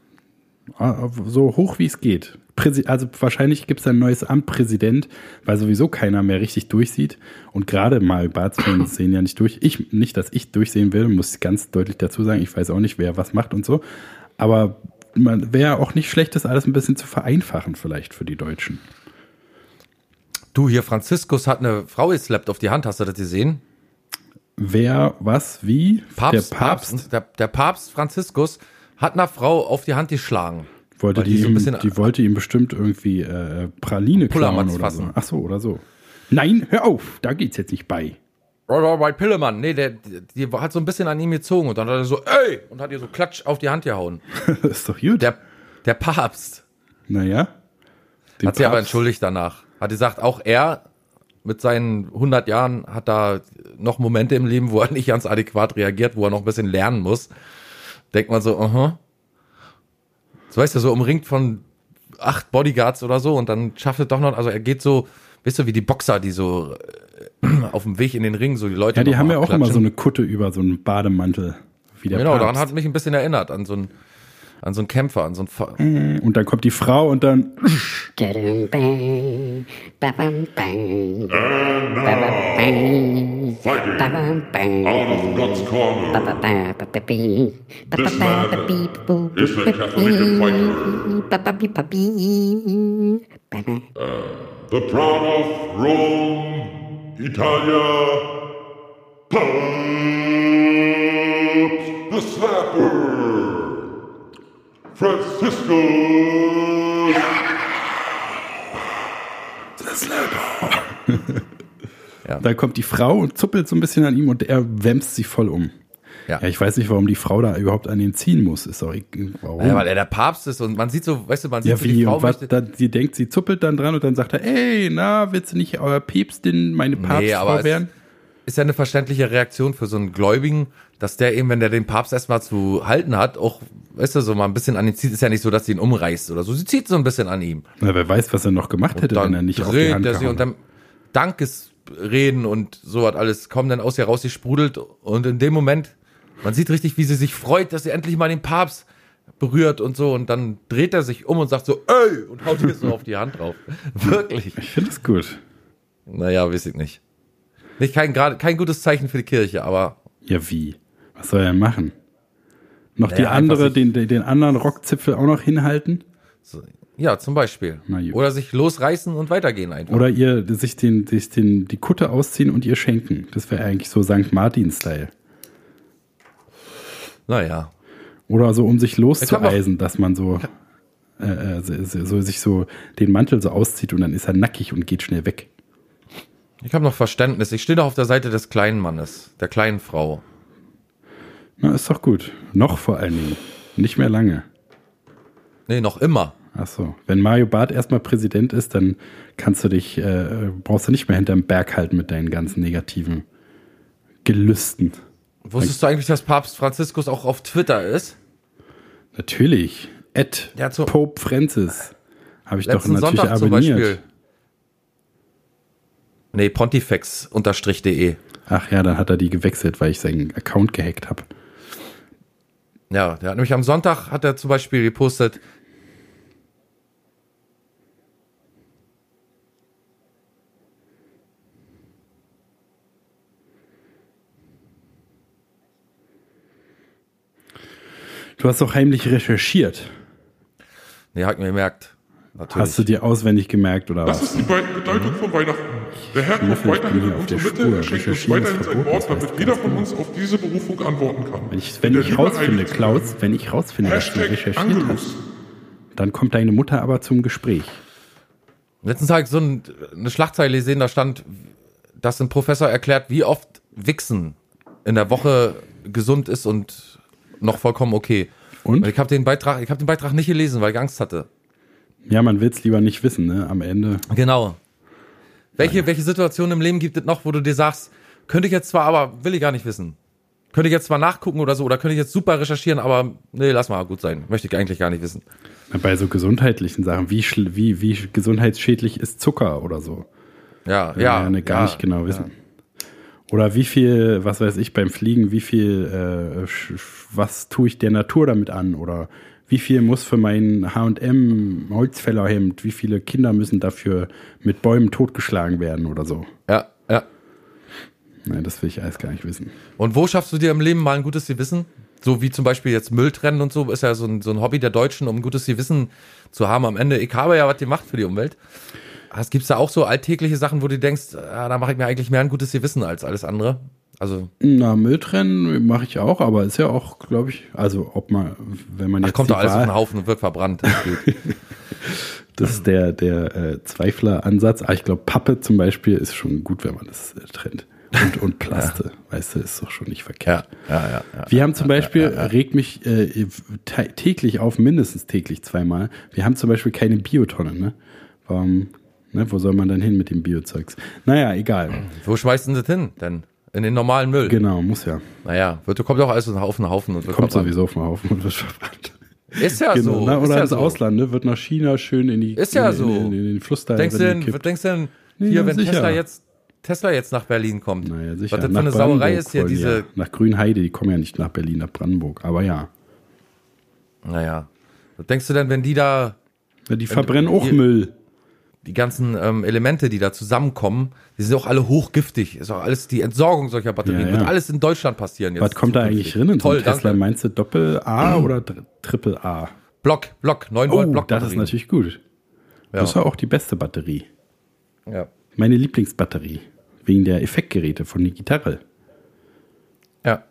So hoch wie es geht. Also wahrscheinlich gibt es ein neues Amt Präsident, weil sowieso keiner mehr richtig durchsieht. Und gerade Mario Barth sehen ja nicht durch. Nicht, dass ich durchsehen will, muss ich ganz deutlich dazu sagen. Ich weiß auch nicht, wer was macht und so. Aber man wäre auch nicht schlecht, das alles ein bisschen zu vereinfachen vielleicht für die Deutschen. Du, hier Franziskus hat eine Frau geslappt auf die Hand, hast du das gesehen? Wer, was, wie? Der Papst Franziskus hat einer Frau auf die Hand geschlagen. Die wollte ihm bestimmt irgendwie Praline klauen oder so. Ach so, oder so. Nein, hör auf, da geht's jetzt nicht bei. Bei Pillemann, nee, die hat so ein bisschen an ihm gezogen und dann hat er so, ey, und hat ihr so Klatsch auf die Hand gehauen. Das ist doch gut. Der Papst. Naja. Hat sich aber entschuldigt danach. Hat gesagt, auch er mit seinen 100 Jahren hat da noch Momente im Leben, wo er nicht ganz adäquat reagiert, wo er noch ein bisschen lernen muss. Denkt man so, So weißt du, so umringt von 8 Bodyguards oder so und dann schafft er doch noch, also er geht so, weißt du, wie die Boxer, die so auf dem Weg in den Ring, so die Leute. Ja, die haben ja auch immer so eine Kutte über, so einen Bademantel. Wie der genau, Papst. Daran hat mich ein bisschen erinnert, an so einen Kämpfer, an so einen und dann kommt die Frau und dann Fighting. Out of God's corner. This man is the Catholic fighter. The Crown of Rome, Italia, Pops, the Slapper, Francisco. The Slapper. Ja. Dann kommt die Frau und zuppelt so ein bisschen an ihm und er wämst sie voll um. Ja, ich weiß nicht, warum die Frau da überhaupt an ihn ziehen muss. Ist doch warum? Ja, weil er der Papst ist und man sieht so, weißt du, man sieht Ja, so, wie? die Frau Und was, sie denkt, sie zuppelt dann dran und dann sagt er, ey, na, willst du nicht euer Päpstin, meine Papstfrau werden? Ist ja eine verständliche Reaktion für so einen Gläubigen, dass der eben, wenn der den Papst erstmal zu halten hat, auch, weißt du, so mal ein bisschen an ihn zieht. Ist ja nicht so, dass sie ihn umreißt oder so. Sie zieht so ein bisschen an ihm. Na, wer weiß, was er noch gemacht hätte, wenn er nicht auf die Hand gehauen und dann Dankesreden und so hat alles kommen dann aus ihr raus, sie sprudelt und in dem Moment, man sieht richtig, wie sie sich freut, dass sie endlich mal den Papst berührt und so und dann dreht er sich um und sagt so, ey, und haut ihr so auf die Hand drauf. Wirklich. Ich finde es gut. Naja, weiß ich nicht. Kein gutes Zeichen für die Kirche, aber. Ja, wie? Was soll er machen? Noch Naja, die andere, den anderen Rockzipfel auch noch hinhalten? So, ja, zum Beispiel. Oder sich losreißen und weitergehen einfach. Oder sich die Kutte ausziehen und ihr schenken. Das wäre eigentlich so St. Martin-Style. Naja. Oder so, um sich loszueisen, dass man sich so den Mantel so auszieht und dann ist er nackig und geht schnell weg. Ich habe noch Verständnis. Ich stehe doch auf der Seite des kleinen Mannes, der kleinen Frau. Na, ist doch gut. Noch vor allen Dingen. Nicht mehr lange. Nee, noch immer. Ach so. Wenn Mario Barth erstmal Präsident ist, dann brauchst du nicht mehr hinterm Berg halten mit deinen ganzen negativen Gelüsten. Wusstest du eigentlich, dass Papst Franziskus auch auf Twitter ist? Natürlich. Pope Francis. Habe ich doch natürlich Sonntag abonniert. Zum Beispiel. Nee, pontifex_de. Ach ja, dann hat er die gewechselt, weil ich seinen Account gehackt habe. Ja, der hat nämlich am Sonntag hat er zum Beispiel gepostet. Du hast doch heimlich recherchiert. Nee, hat mir gemerkt. Natürlich. Hast du dir auswendig gemerkt, oder Das was? ist die Bedeutung von Weihnachten. Der Herr kommt weiterhin in unsere Mitte und schenkt uns weiterhin sein Wort, damit jeder von uns auf diese Berufung antworten kann. Wenn ich rausfinde, Klaus, dass du recherchiert hast, dann kommt deine Mutter aber zum Gespräch. Letztens habe ich so eine Schlagzeile gesehen, da stand, dass ein Professor erklärt, wie oft Wichsen in der Woche gesund ist und noch vollkommen okay. Und ich habe den Beitrag nicht gelesen, weil ich Angst hatte. Ja, man will es lieber nicht wissen, ne? Am Ende. Genau. Welche Situationen im Leben gibt es noch, wo du dir sagst, könnte ich jetzt zwar, aber will ich gar nicht wissen. Könnte ich jetzt zwar nachgucken oder so, oder könnte ich jetzt super recherchieren, aber nee, lass mal gut sein. Möchte ich eigentlich gar nicht wissen. Bei so gesundheitlichen Sachen, wie gesundheitsschädlich ist Zucker oder so. Ja. Gar nicht genau wissen. Ja. Oder wie viel, was weiß ich, beim Fliegen, was tue ich der Natur damit an? Oder wie viel muss für mein H&M Holzfällerhemd, wie viele Kinder müssen dafür mit Bäumen totgeschlagen werden oder so? Ja. Nein, das will ich alles gar nicht wissen. Und wo schaffst du dir im Leben mal ein gutes Gewissen? So wie zum Beispiel jetzt Müll trennen und so, ist ja so ein Hobby der Deutschen, um ein gutes Gewissen zu haben am Ende. Ich habe ja was gemacht für die Umwelt. Gibt es da auch so alltägliche Sachen, wo du denkst, da mache ich mir eigentlich mehr ein gutes Gewissen als alles andere? Also Müll trennen mache ich auch, aber ist ja auch, glaube ich, also wenn man jetzt kommt da alles auf den Haufen und wird verbrannt. Das ist der Zweifler-Ansatz. Ich glaube, Pappe zum Beispiel ist schon gut, wenn man das trennt. Und Plaste, weißt du, ist doch schon nicht verkehrt. Ja. Wir haben zum Beispiel, regt mich täglich auf, mindestens täglich zweimal, wir haben zum Beispiel keine Biotonne, ne? Warum, ne? Wo soll man dann hin mit dem Biozeugs? Naja, egal. Wo schmeißt denn das hin, denn? In den normalen Müll? Genau, muss ja. Naja, kommt auch alles auf den Haufen und wird kommt verbrannt. Sowieso auf den Haufen und wird verbrannt. Ist ja genau, so. Ne? Oder ist ins ja Ausland, ne? Wird nach China schön in die ist ja so. in den Fluss da. Denkst du denn hier, wenn Tesla jetzt nach Berlin kommt? Naja, sicher. Was das für eine Sauerei ist hier, diese. Ja. Nach Grünheide, die kommen ja nicht nach Berlin, nach Brandenburg, aber ja. Naja. Was denkst du denn, wenn die da. Ja, die verbrennen auch Müll. Die ganzen Elemente, die da zusammenkommen, die sind auch alle hochgiftig. Ist auch alles die Entsorgung solcher Batterien. Ja. Wird alles in Deutschland passieren jetzt. Was kommt da eigentlich drin in so einem Tesla? Danke. Meinst du Doppel-A oder Triple-A? Block, 9 Volt Block. Das ist natürlich gut. Ja. Das ist ja auch die beste Batterie. Ja. Meine Lieblingsbatterie. Wegen der Effektgeräte von der Gitarre. Ja.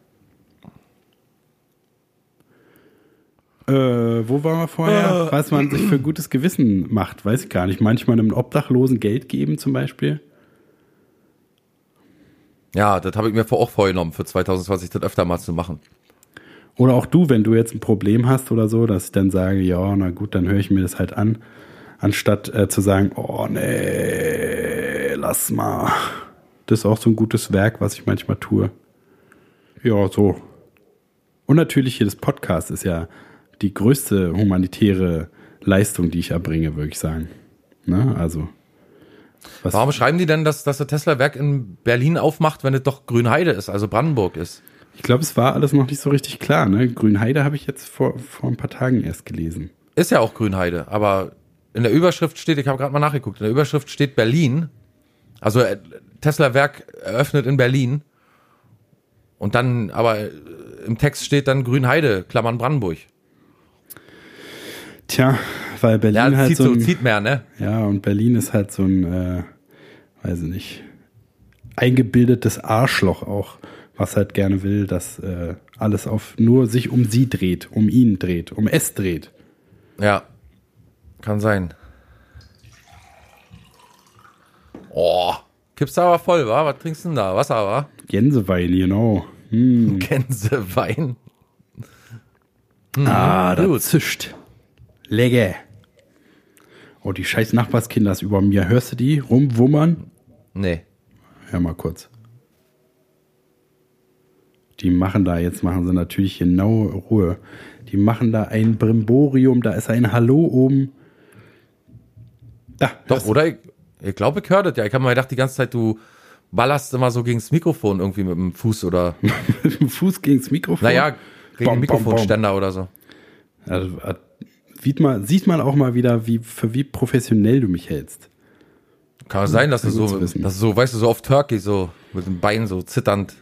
Wo waren wir vorher? Was man sich für gutes Gewissen macht, weiß ich gar nicht. Manchmal einem Obdachlosen Geld geben zum Beispiel. Ja, das habe ich mir auch vorgenommen, für 2020 das öfter mal zu machen. Oder auch du, wenn du jetzt ein Problem hast oder so, dass ich dann sage, ja, na gut, dann höre ich mir das halt an, anstatt zu sagen, oh nee, lass mal. Das ist auch so ein gutes Werk, was ich manchmal tue. Ja, so. Und natürlich hier das Podcast ist ja die größte humanitäre Leistung, die ich erbringe, würde ich sagen. Ne? Also. Warum schreiben die denn, dass das Tesla-Werk in Berlin aufmacht, wenn es doch Grünheide ist, also Brandenburg ist? Ich glaube, es war alles noch nicht so richtig klar. Ne? Grünheide habe ich jetzt vor ein paar Tagen erst gelesen. Ist ja auch Grünheide, aber in der Überschrift steht, ich habe gerade mal nachgeguckt, in der Überschrift steht Berlin, also Tesla-Werk eröffnet in Berlin und dann, aber im Text steht dann Grünheide, Klammern Brandenburg. Tja, weil Berlin halt zieht mehr, ne? Ja, und Berlin ist halt so ein, weiß ich nicht, eingebildetes Arschloch auch, was halt gerne will, dass alles nur sich um sie dreht, um ihn dreht, um es dreht. Ja, kann sein. Oh, kippst du aber voll, wa? Was trinkst du denn da? Wasser, wa? Gänsewein, genau. Gänsewein. Das zischt. Lecker. Oh, die scheiß Nachbarskinder ist über mir. Hörst du die rumwummern? Nee. Hör mal kurz. Die machen sie natürlich genau Ruhe. Die machen da ein Brimborium, da ist ein Hallo oben. Da, doch, oder? Ich glaube, ich höre das ja. Ich habe mir gedacht, die ganze Zeit, du ballerst immer so gegen das Mikrofon irgendwie mit dem Fuß oder... mit dem Fuß gegen das Mikrofon? Naja, gegen den Mikrofonständer oder so. Also, sieht man auch mal wieder, wie professionell du mich hältst. Kann sein, dass du so, weißt du, so auf Turkey, so mit dem Bein so zitternd.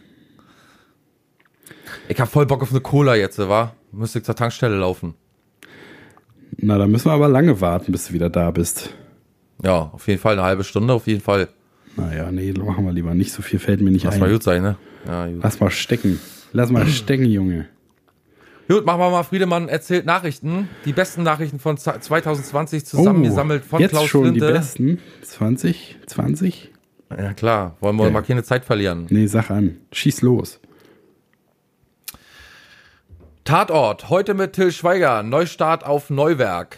Ich hab voll Bock auf eine Cola jetzt, wa? Müsste ich zur Tankstelle laufen. Na, da müssen wir aber lange warten, bis du wieder da bist. Ja, auf jeden Fall, eine halbe Stunde, auf jeden Fall. Naja, nee, machen wir lieber. Nicht so viel fällt mir nicht ein. Lass mal gut sein, ne? Ja, gut. Lass mal stecken, Junge. Gut, machen wir mal Friedemann erzählt Nachrichten. Die besten Nachrichten von 2020 zusammengesammelt von jetzt Klaus schon Flinte. Die besten? 20? Ja klar, wollen wir mal keine Zeit verlieren. Nee, sag an. Schieß los. Tatort, heute mit Till Schweiger, Neustart auf Neuwerk.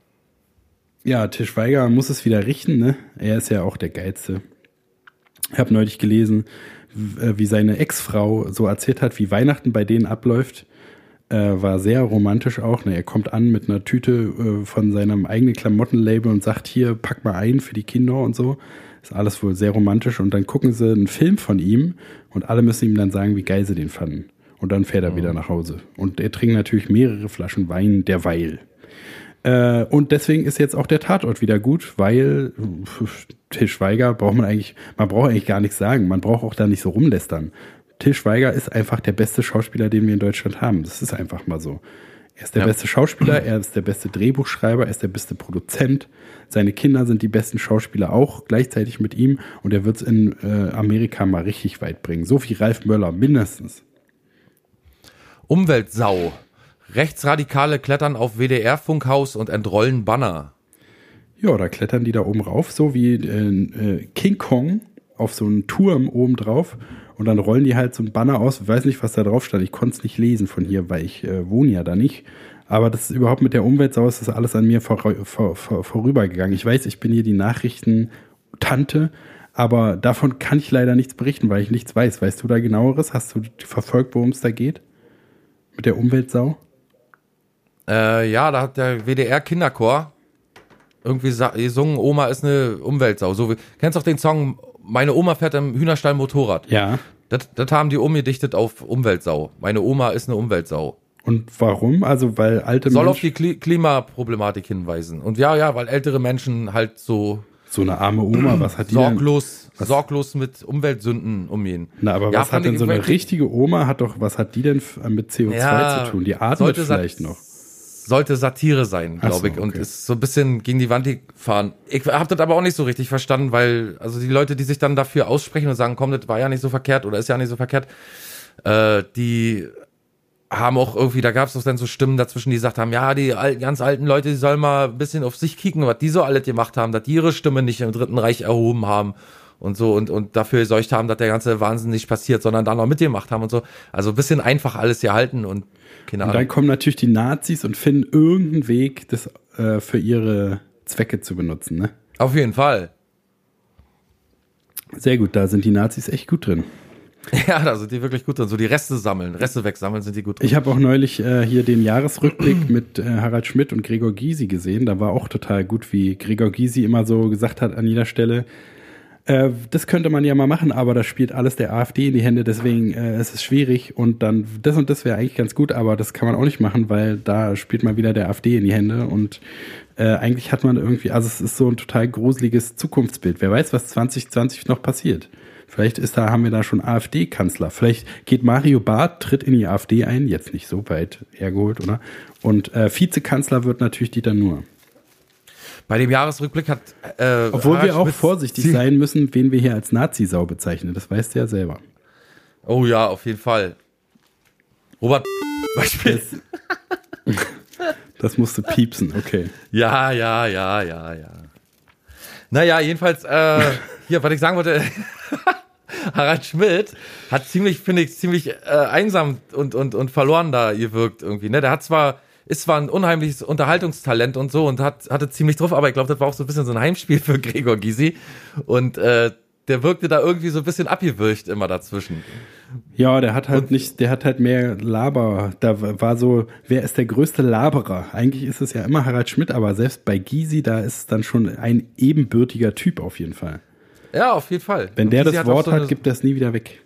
Ja, Till Schweiger muss es wieder richten, ne? Er ist ja auch der Geilste. Ich habe neulich gelesen, wie seine Ex-Frau so erzählt hat, wie Weihnachten bei denen abläuft. War sehr romantisch auch. Ne? Er kommt an mit einer Tüte von seinem eigenen Klamottenlabel und sagt, hier, pack mal ein für die Kinder und so. Ist alles wohl sehr romantisch. Und dann gucken sie einen Film von ihm und alle müssen ihm dann sagen, wie geil sie den fanden. Und dann fährt er wieder nach Hause. Und er trinkt natürlich mehrere Flaschen Wein derweil. Und deswegen ist jetzt auch der Tatort wieder gut, weil Till Schweiger braucht man braucht eigentlich gar nichts sagen. Man braucht auch da nicht so rumlästern. Till Schweiger ist einfach der beste Schauspieler, den wir in Deutschland haben. Das ist einfach mal so. Er ist der beste Schauspieler, er ist der beste Drehbuchschreiber, er ist der beste Produzent. Seine Kinder sind die besten Schauspieler auch gleichzeitig mit ihm. Und er wird es in Amerika mal richtig weit bringen. So wie Ralf Möller, mindestens. Umweltsau. Rechtsradikale klettern auf WDR-Funkhaus und entrollen Banner. Ja, da klettern die da oben rauf, so wie King Kong auf so einen Turm oben drauf. Und dann rollen die halt so ein Banner aus. Ich weiß nicht, was da drauf stand. Ich konnte es nicht lesen von hier, weil ich wohne ja da nicht. Aber das ist überhaupt mit der Umweltsau, ist das alles an mir vorübergegangen. Ich weiß, ich bin hier die Nachrichtentante, aber davon kann ich leider nichts berichten, weil ich nichts weiß. Weißt du da genaueres? Hast du verfolgt, worum es da geht? Mit der Umweltsau? Ja, da hat der WDR-Kinderchor irgendwie gesungen, Oma ist eine Umweltsau. So, kennst du auch den Song, meine Oma fährt im Hühnerstall Motorrad? Ja. Das haben die umgedichtet auf Umweltsau. Meine Oma ist eine Umweltsau. Und warum? Also, weil alte Soll auf die Klimaproblematik hinweisen. Und ja, weil ältere Menschen halt so eine arme Oma, was hat die sorglos mit Umweltsünden umgehen. Na, aber was hat denn so eine richtige Oma, was hat die denn mit CO2 zu tun? Die atmet vielleicht noch. Sollte Satire sein, glaube ich, okay. Und ist so ein bisschen gegen die Wand gefahren. Ich habe das aber auch nicht so richtig verstanden, weil, also die Leute, die sich dann dafür aussprechen und sagen, komm, das war ja nicht so verkehrt oder ist ja nicht so verkehrt, die haben auch irgendwie, da gab es doch dann so Stimmen dazwischen, die gesagt haben, ja, die ganz alten Leute, die sollen mal ein bisschen auf sich kicken, was die so alles gemacht haben, dass die ihre Stimme nicht im Dritten Reich erhoben haben und so und dafür gesorgt haben, dass der ganze Wahnsinn nicht passiert, sondern da noch mitgemacht haben und so. Also ein bisschen einfach alles gehalten und keine Ahnung. Und dann kommen natürlich die Nazis und finden irgendeinen Weg, das für ihre Zwecke zu benutzen, ne? Auf jeden Fall. Sehr gut, da sind die Nazis echt gut drin. Ja, da sind die wirklich gut drin. So die Reste wegsammeln sind die gut drin. Ich habe auch neulich hier den Jahresrückblick mit Harald Schmidt und Gregor Gysi gesehen. Da war auch total gut, wie Gregor Gysi immer so gesagt hat an jeder Stelle, das könnte man ja mal machen, aber das spielt alles der AfD in die Hände, deswegen es ist schwierig und dann das und das wäre eigentlich ganz gut, aber das kann man auch nicht machen, weil da spielt man wieder der AfD in die Hände und eigentlich hat man irgendwie, also es ist so ein total gruseliges Zukunftsbild. Wer weiß, was 2020 noch passiert. Vielleicht haben wir da schon AfD-Kanzler. Vielleicht geht Mario Barth, tritt in die AfD ein, jetzt nicht so weit hergeholt, oder? Und Vizekanzler wird natürlich Dieter Nuhr. Bei dem Jahresrückblick hat obwohl wir auch vorsichtig sein müssen, wen wir hier als Nazi-Sau bezeichnen. Das weißt du ja selber. Oh ja, auf jeden Fall. Robert Beispiel. Das musst du piepsen, okay. Ja. Naja, jedenfalls, hier, was ich sagen wollte, Harald Schmidt hat finde ich, ziemlich einsam und verloren da gewirkt irgendwie, ne? Der ist zwar ein unheimliches Unterhaltungstalent und so und hatte ziemlich drauf, aber ich glaube, das war auch so ein bisschen so ein Heimspiel für Gregor Gysi und der wirkte da irgendwie so ein bisschen abgewürgt immer dazwischen. Ja, der hat halt mehr Laber, da war so, wer ist der größte Laberer? Eigentlich ist es ja immer Harald Schmidt, aber selbst bei Gysi, da ist es dann schon ein ebenbürtiger Typ auf jeden Fall. Ja, auf jeden Fall. Wenn der das Wort hat, gibt er es nie wieder weg.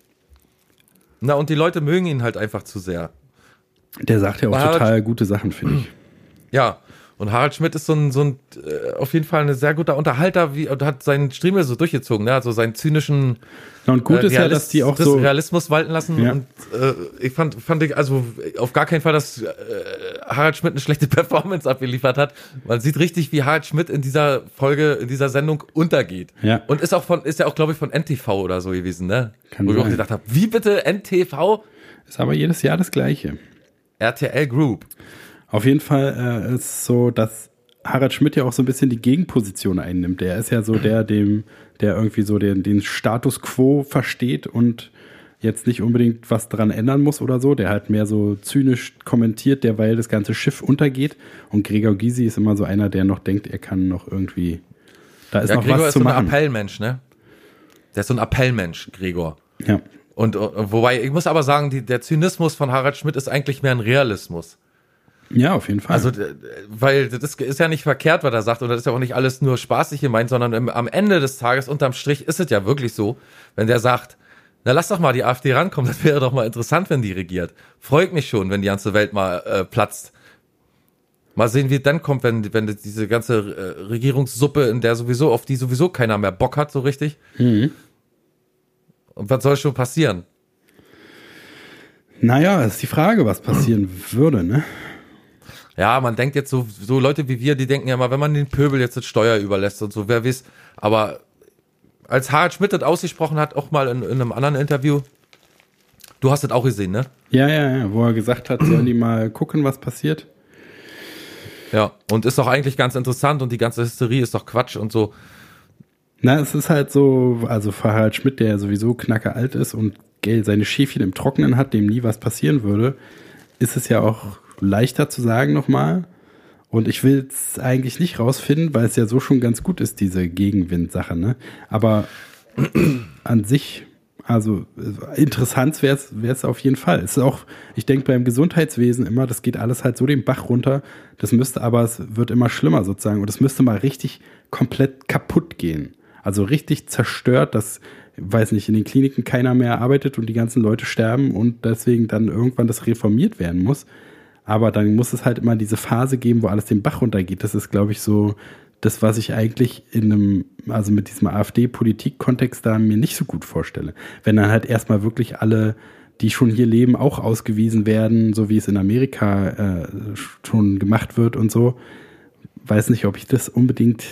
Na, und die Leute mögen ihn halt einfach zu sehr. Der sagt ja auch total gute Sachen, finde ich. Ja, und Harald Schmidt ist so ein auf jeden Fall ein sehr guter Unterhalter und hat seinen Striemel so durchgezogen, ne? Also seinen zynischen und gut ist ja, dass die auch so Realismus walten lassen. Ja. Und ich fand ich also auf gar keinen Fall, dass Harald Schmidt eine schlechte Performance abgeliefert hat. Man sieht richtig, wie Harald Schmidt in dieser Folge, in dieser Sendung untergeht. Ja. Und ist ja auch, glaube ich, von NTV oder so gewesen, ne? Kann wo sein. ich auch gedacht habe, wie bitte NTV? Ist aber jedes Jahr das Gleiche. RTL Group. Auf jeden Fall ist es so, dass Harald Schmidt ja auch so ein bisschen die Gegenposition einnimmt. Der ist ja so der irgendwie so den Status quo versteht und jetzt nicht unbedingt was dran ändern muss oder so. Der halt mehr so zynisch kommentiert, derweil das ganze Schiff untergeht. Und Gregor Gysi ist immer so einer, der noch denkt, er kann noch irgendwie, da ist noch Gregor was zu machen. Gregor ist so ein Appellmensch, ne? Der ist so ein Appellmensch, Gregor. Ja. Und wobei, ich muss aber sagen, der Zynismus von Harald Schmidt ist eigentlich mehr ein Realismus. Ja, auf jeden Fall. Also, weil das ist ja nicht verkehrt, was er sagt, und das ist ja auch nicht alles nur spaßig gemeint, sondern am Ende des Tages, unterm Strich, ist es ja wirklich so, wenn der sagt, na lass doch mal die AfD rankommen, das wäre doch mal interessant, wenn die regiert. Freut mich schon, wenn die ganze Welt mal platzt. Mal sehen, wie es dann kommt, wenn diese ganze Regierungssuppe, auf die sowieso keiner mehr Bock hat, so richtig. Mhm. Und was soll schon passieren? Naja, ist die Frage, was passieren würde, ne? Ja, man denkt jetzt so Leute wie wir, die denken ja mal, wenn man den Pöbel jetzt das Steuer überlässt und so, wer weiß. Aber als Harald Schmidt das ausgesprochen hat, auch mal in einem anderen Interview, du hast das auch gesehen, ne? Ja, wo er gesagt hat, sollen die mal gucken, was passiert. Ja, und ist doch eigentlich ganz interessant und die ganze Hysterie ist doch Quatsch und so. Na, es ist halt so, also für Harald Schmidt, der sowieso knackealt ist und seine Schäfchen im Trockenen hat, dem nie was passieren würde, ist es ja auch leichter zu sagen nochmal. Und ich will es eigentlich nicht rausfinden, weil es ja so schon ganz gut ist, diese Gegenwind-Sache, ne? Aber an sich, also interessant wäre es auf jeden Fall. Es ist auch, ich denke beim Gesundheitswesen immer, das geht alles halt so den Bach runter. Das müsste aber, es wird immer schlimmer sozusagen. Und es müsste mal richtig komplett kaputt gehen. Also richtig zerstört, dass, weiß nicht, in den Kliniken keiner mehr arbeitet und die ganzen Leute sterben und deswegen dann irgendwann das reformiert werden muss. Aber dann muss es halt immer diese Phase geben, wo alles den Bach runtergeht. Das ist, glaube ich, so das, was ich eigentlich also mit diesem AfD-Politik-Kontext da mir nicht so gut vorstelle. Wenn dann halt erstmal wirklich alle, die schon hier leben, auch ausgewiesen werden, so wie es in Amerika schon gemacht wird und so. Weiß nicht, ob ich das unbedingt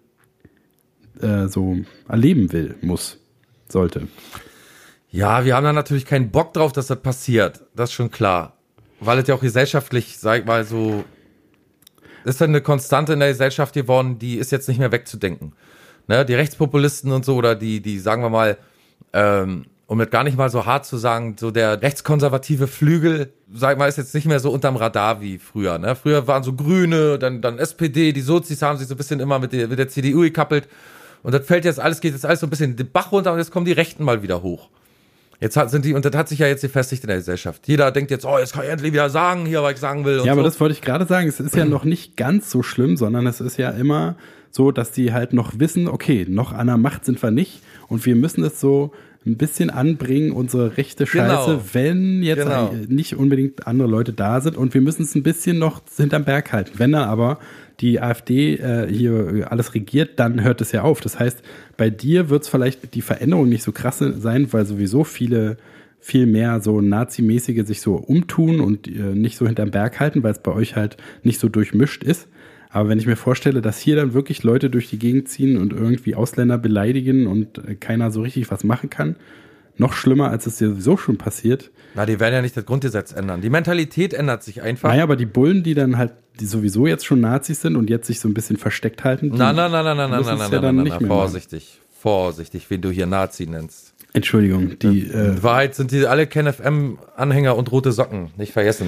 so erleben sollte. Ja, wir haben da natürlich keinen Bock drauf, dass das passiert. Das ist schon klar. Weil es ja auch gesellschaftlich, sag ich mal, so ist dann eine Konstante in der Gesellschaft geworden, die ist jetzt nicht mehr wegzudenken. Ne, die Rechtspopulisten und so, oder die sagen wir mal, um das gar nicht mal so hart zu sagen, so der rechtskonservative Flügel, sag mal, ist jetzt nicht mehr so unterm Radar wie früher. Ne? Früher waren so Grüne, dann SPD, die Sozis haben sich so ein bisschen immer mit der CDU gekappelt. Und das geht jetzt alles so ein bisschen den Bach runter und jetzt kommen die Rechten mal wieder hoch. Und das hat sich ja jetzt gefestigt in der Gesellschaft. Jeder denkt jetzt, jetzt kann ich endlich wieder sagen, hier, was ich sagen will. Und ja, aber so. das wollte ich gerade sagen. Es ist ja noch nicht ganz so schlimm, sondern es ist ja immer so, dass die halt noch wissen, okay, noch an der Macht sind wir nicht und wir müssen es so ein bisschen anbringen, unsere rechte Scheiße, wenn jetzt nicht unbedingt andere Leute da sind und wir müssen es ein bisschen noch hinterm Berg halten. Wenn dann aber die AfD hier alles regiert, dann hört es ja auf. Das heißt, bei dir wird es vielleicht die Veränderung nicht so krass sein, weil sowieso viel mehr so Nazi-mäßige sich so umtun und nicht so hinterm Berg halten, weil es bei euch halt nicht so durchmischt ist. Aber wenn ich mir vorstelle, dass hier dann wirklich Leute durch die Gegend ziehen und irgendwie Ausländer beleidigen und keiner so richtig was machen kann, noch schlimmer, als es sowieso schon passiert. Na, die werden ja nicht das Grundgesetz ändern. Die Mentalität ändert sich einfach. Naja, aber die Bullen, die sowieso jetzt schon Nazis sind und jetzt sich so ein bisschen versteckt halten, nein, vorsichtig, wen du hier Nazi nennst. Entschuldigung, in Wahrheit sind die alle KenFM-Anhänger und rote Socken, nicht vergessen.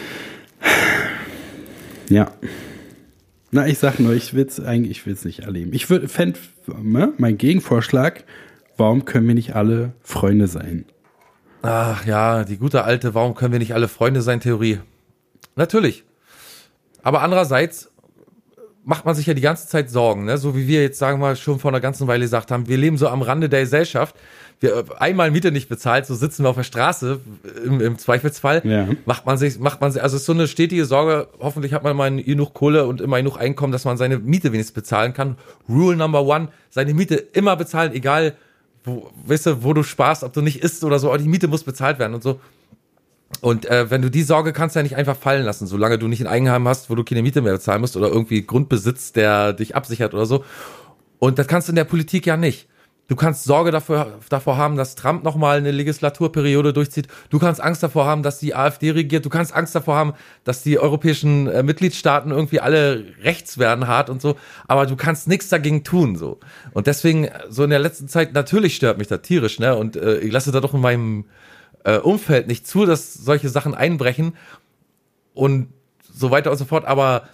Ja. Na, ich sag nur, ich will's nicht erleben. Ich fände, mein Gegenvorschlag, warum können wir nicht alle Freunde sein? Ach ja, die gute alte, warum können wir nicht alle Freunde sein, Theorie. Natürlich. Aber andererseits macht man sich ja die ganze Zeit Sorgen, ne? So wie wir jetzt, sagen wir mal, schon vor einer ganzen Weile gesagt haben, wir leben so am Rande der Gesellschaft. Wir einmal Miete nicht bezahlt, so sitzen wir auf der Straße im Zweifelsfall. Ja. Macht man sich, also es ist so eine stetige Sorge, hoffentlich hat man mal genug Kohle und immer genug Einkommen, dass man seine Miete wenigstens bezahlen kann. Rule number one, seine Miete immer bezahlen, egal wo du sparst, ob du nicht isst oder so, aber die Miete muss bezahlt werden und so. Und wenn du die Sorge kannst du ja nicht einfach fallen lassen, solange du nicht ein Eigenheim hast, wo du keine Miete mehr bezahlen musst oder irgendwie Grundbesitz, der dich absichert oder so. Und das kannst du in der Politik ja nicht. Du kannst Sorge davor haben, dass Trump nochmal eine Legislaturperiode durchzieht. Du kannst Angst davor haben, dass die AfD regiert. Du kannst Angst davor haben, dass die europäischen Mitgliedstaaten irgendwie alle rechts werden, hart und so. Aber du kannst nichts dagegen tun, so. Und deswegen, so in der letzten Zeit, natürlich stört mich das tierisch, ne? Und ich lasse da doch in meinem Umfeld nicht zu, dass solche Sachen einbrechen und so weiter und so fort. Aber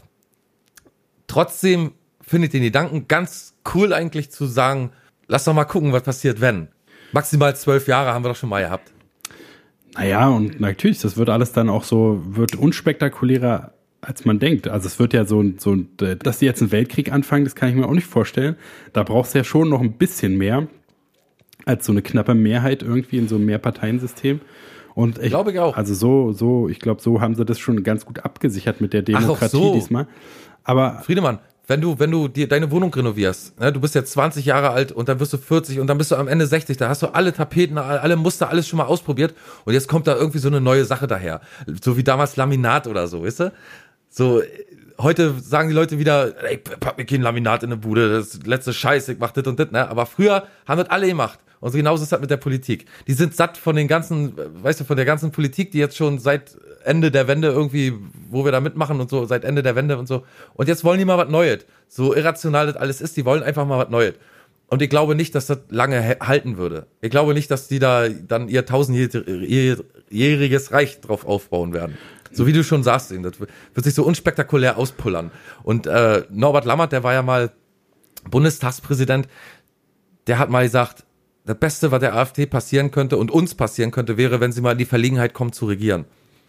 trotzdem finde ich den Gedanken ganz cool eigentlich zu sagen, lass doch mal gucken, was passiert, wenn. Maximal 12 Jahre haben wir doch schon mal gehabt. Naja, und natürlich, das wird alles dann auch wird unspektakulärer, als man denkt. Also es wird ja dass die jetzt einen Weltkrieg anfangen, das kann ich mir auch nicht vorstellen. Da brauchst du ja schon noch ein bisschen mehr als so eine knappe Mehrheit irgendwie in so einem Mehrparteiensystem. Und glaube ich auch. Also ich glaube, so haben sie das schon ganz gut abgesichert mit der Demokratie diesmal. Aber Friedemann, wenn du dir deine Wohnung renovierst, ne, du bist jetzt 20 Jahre alt und dann wirst du 40 und dann bist du am Ende 60, da hast du alle Tapeten, alle Muster, alles schon mal ausprobiert und jetzt kommt da irgendwie so eine neue Sache daher. So wie damals Laminat oder so, weißt du? So, heute sagen die Leute wieder, ey, pack mir kein Laminat in eine Bude, das letzte Scheiß, ich mach das und das, ne? Aber früher haben das alle gemacht. Und so genauso ist es halt mit der Politik. Die sind satt von den ganzen, von der ganzen Politik, die jetzt schon seit Ende der Wende irgendwie, wo wir da mitmachen und so, seit Ende der Wende und so. Und jetzt wollen die mal was Neues. So irrational das alles ist, die wollen einfach mal was Neues. Und ich glaube nicht, dass das lange halten würde. Ich glaube nicht, dass die da dann ihr 1000-jähriges Reich drauf aufbauen werden. So wie du schon sagst, das wird sich so unspektakulär auspullern. Und Norbert Lammert, der war ja mal Bundestagspräsident, der hat mal gesagt, das Beste, was der AfD passieren könnte und uns passieren könnte, wäre, wenn sie mal in die Verlegenheit kommt zu regieren.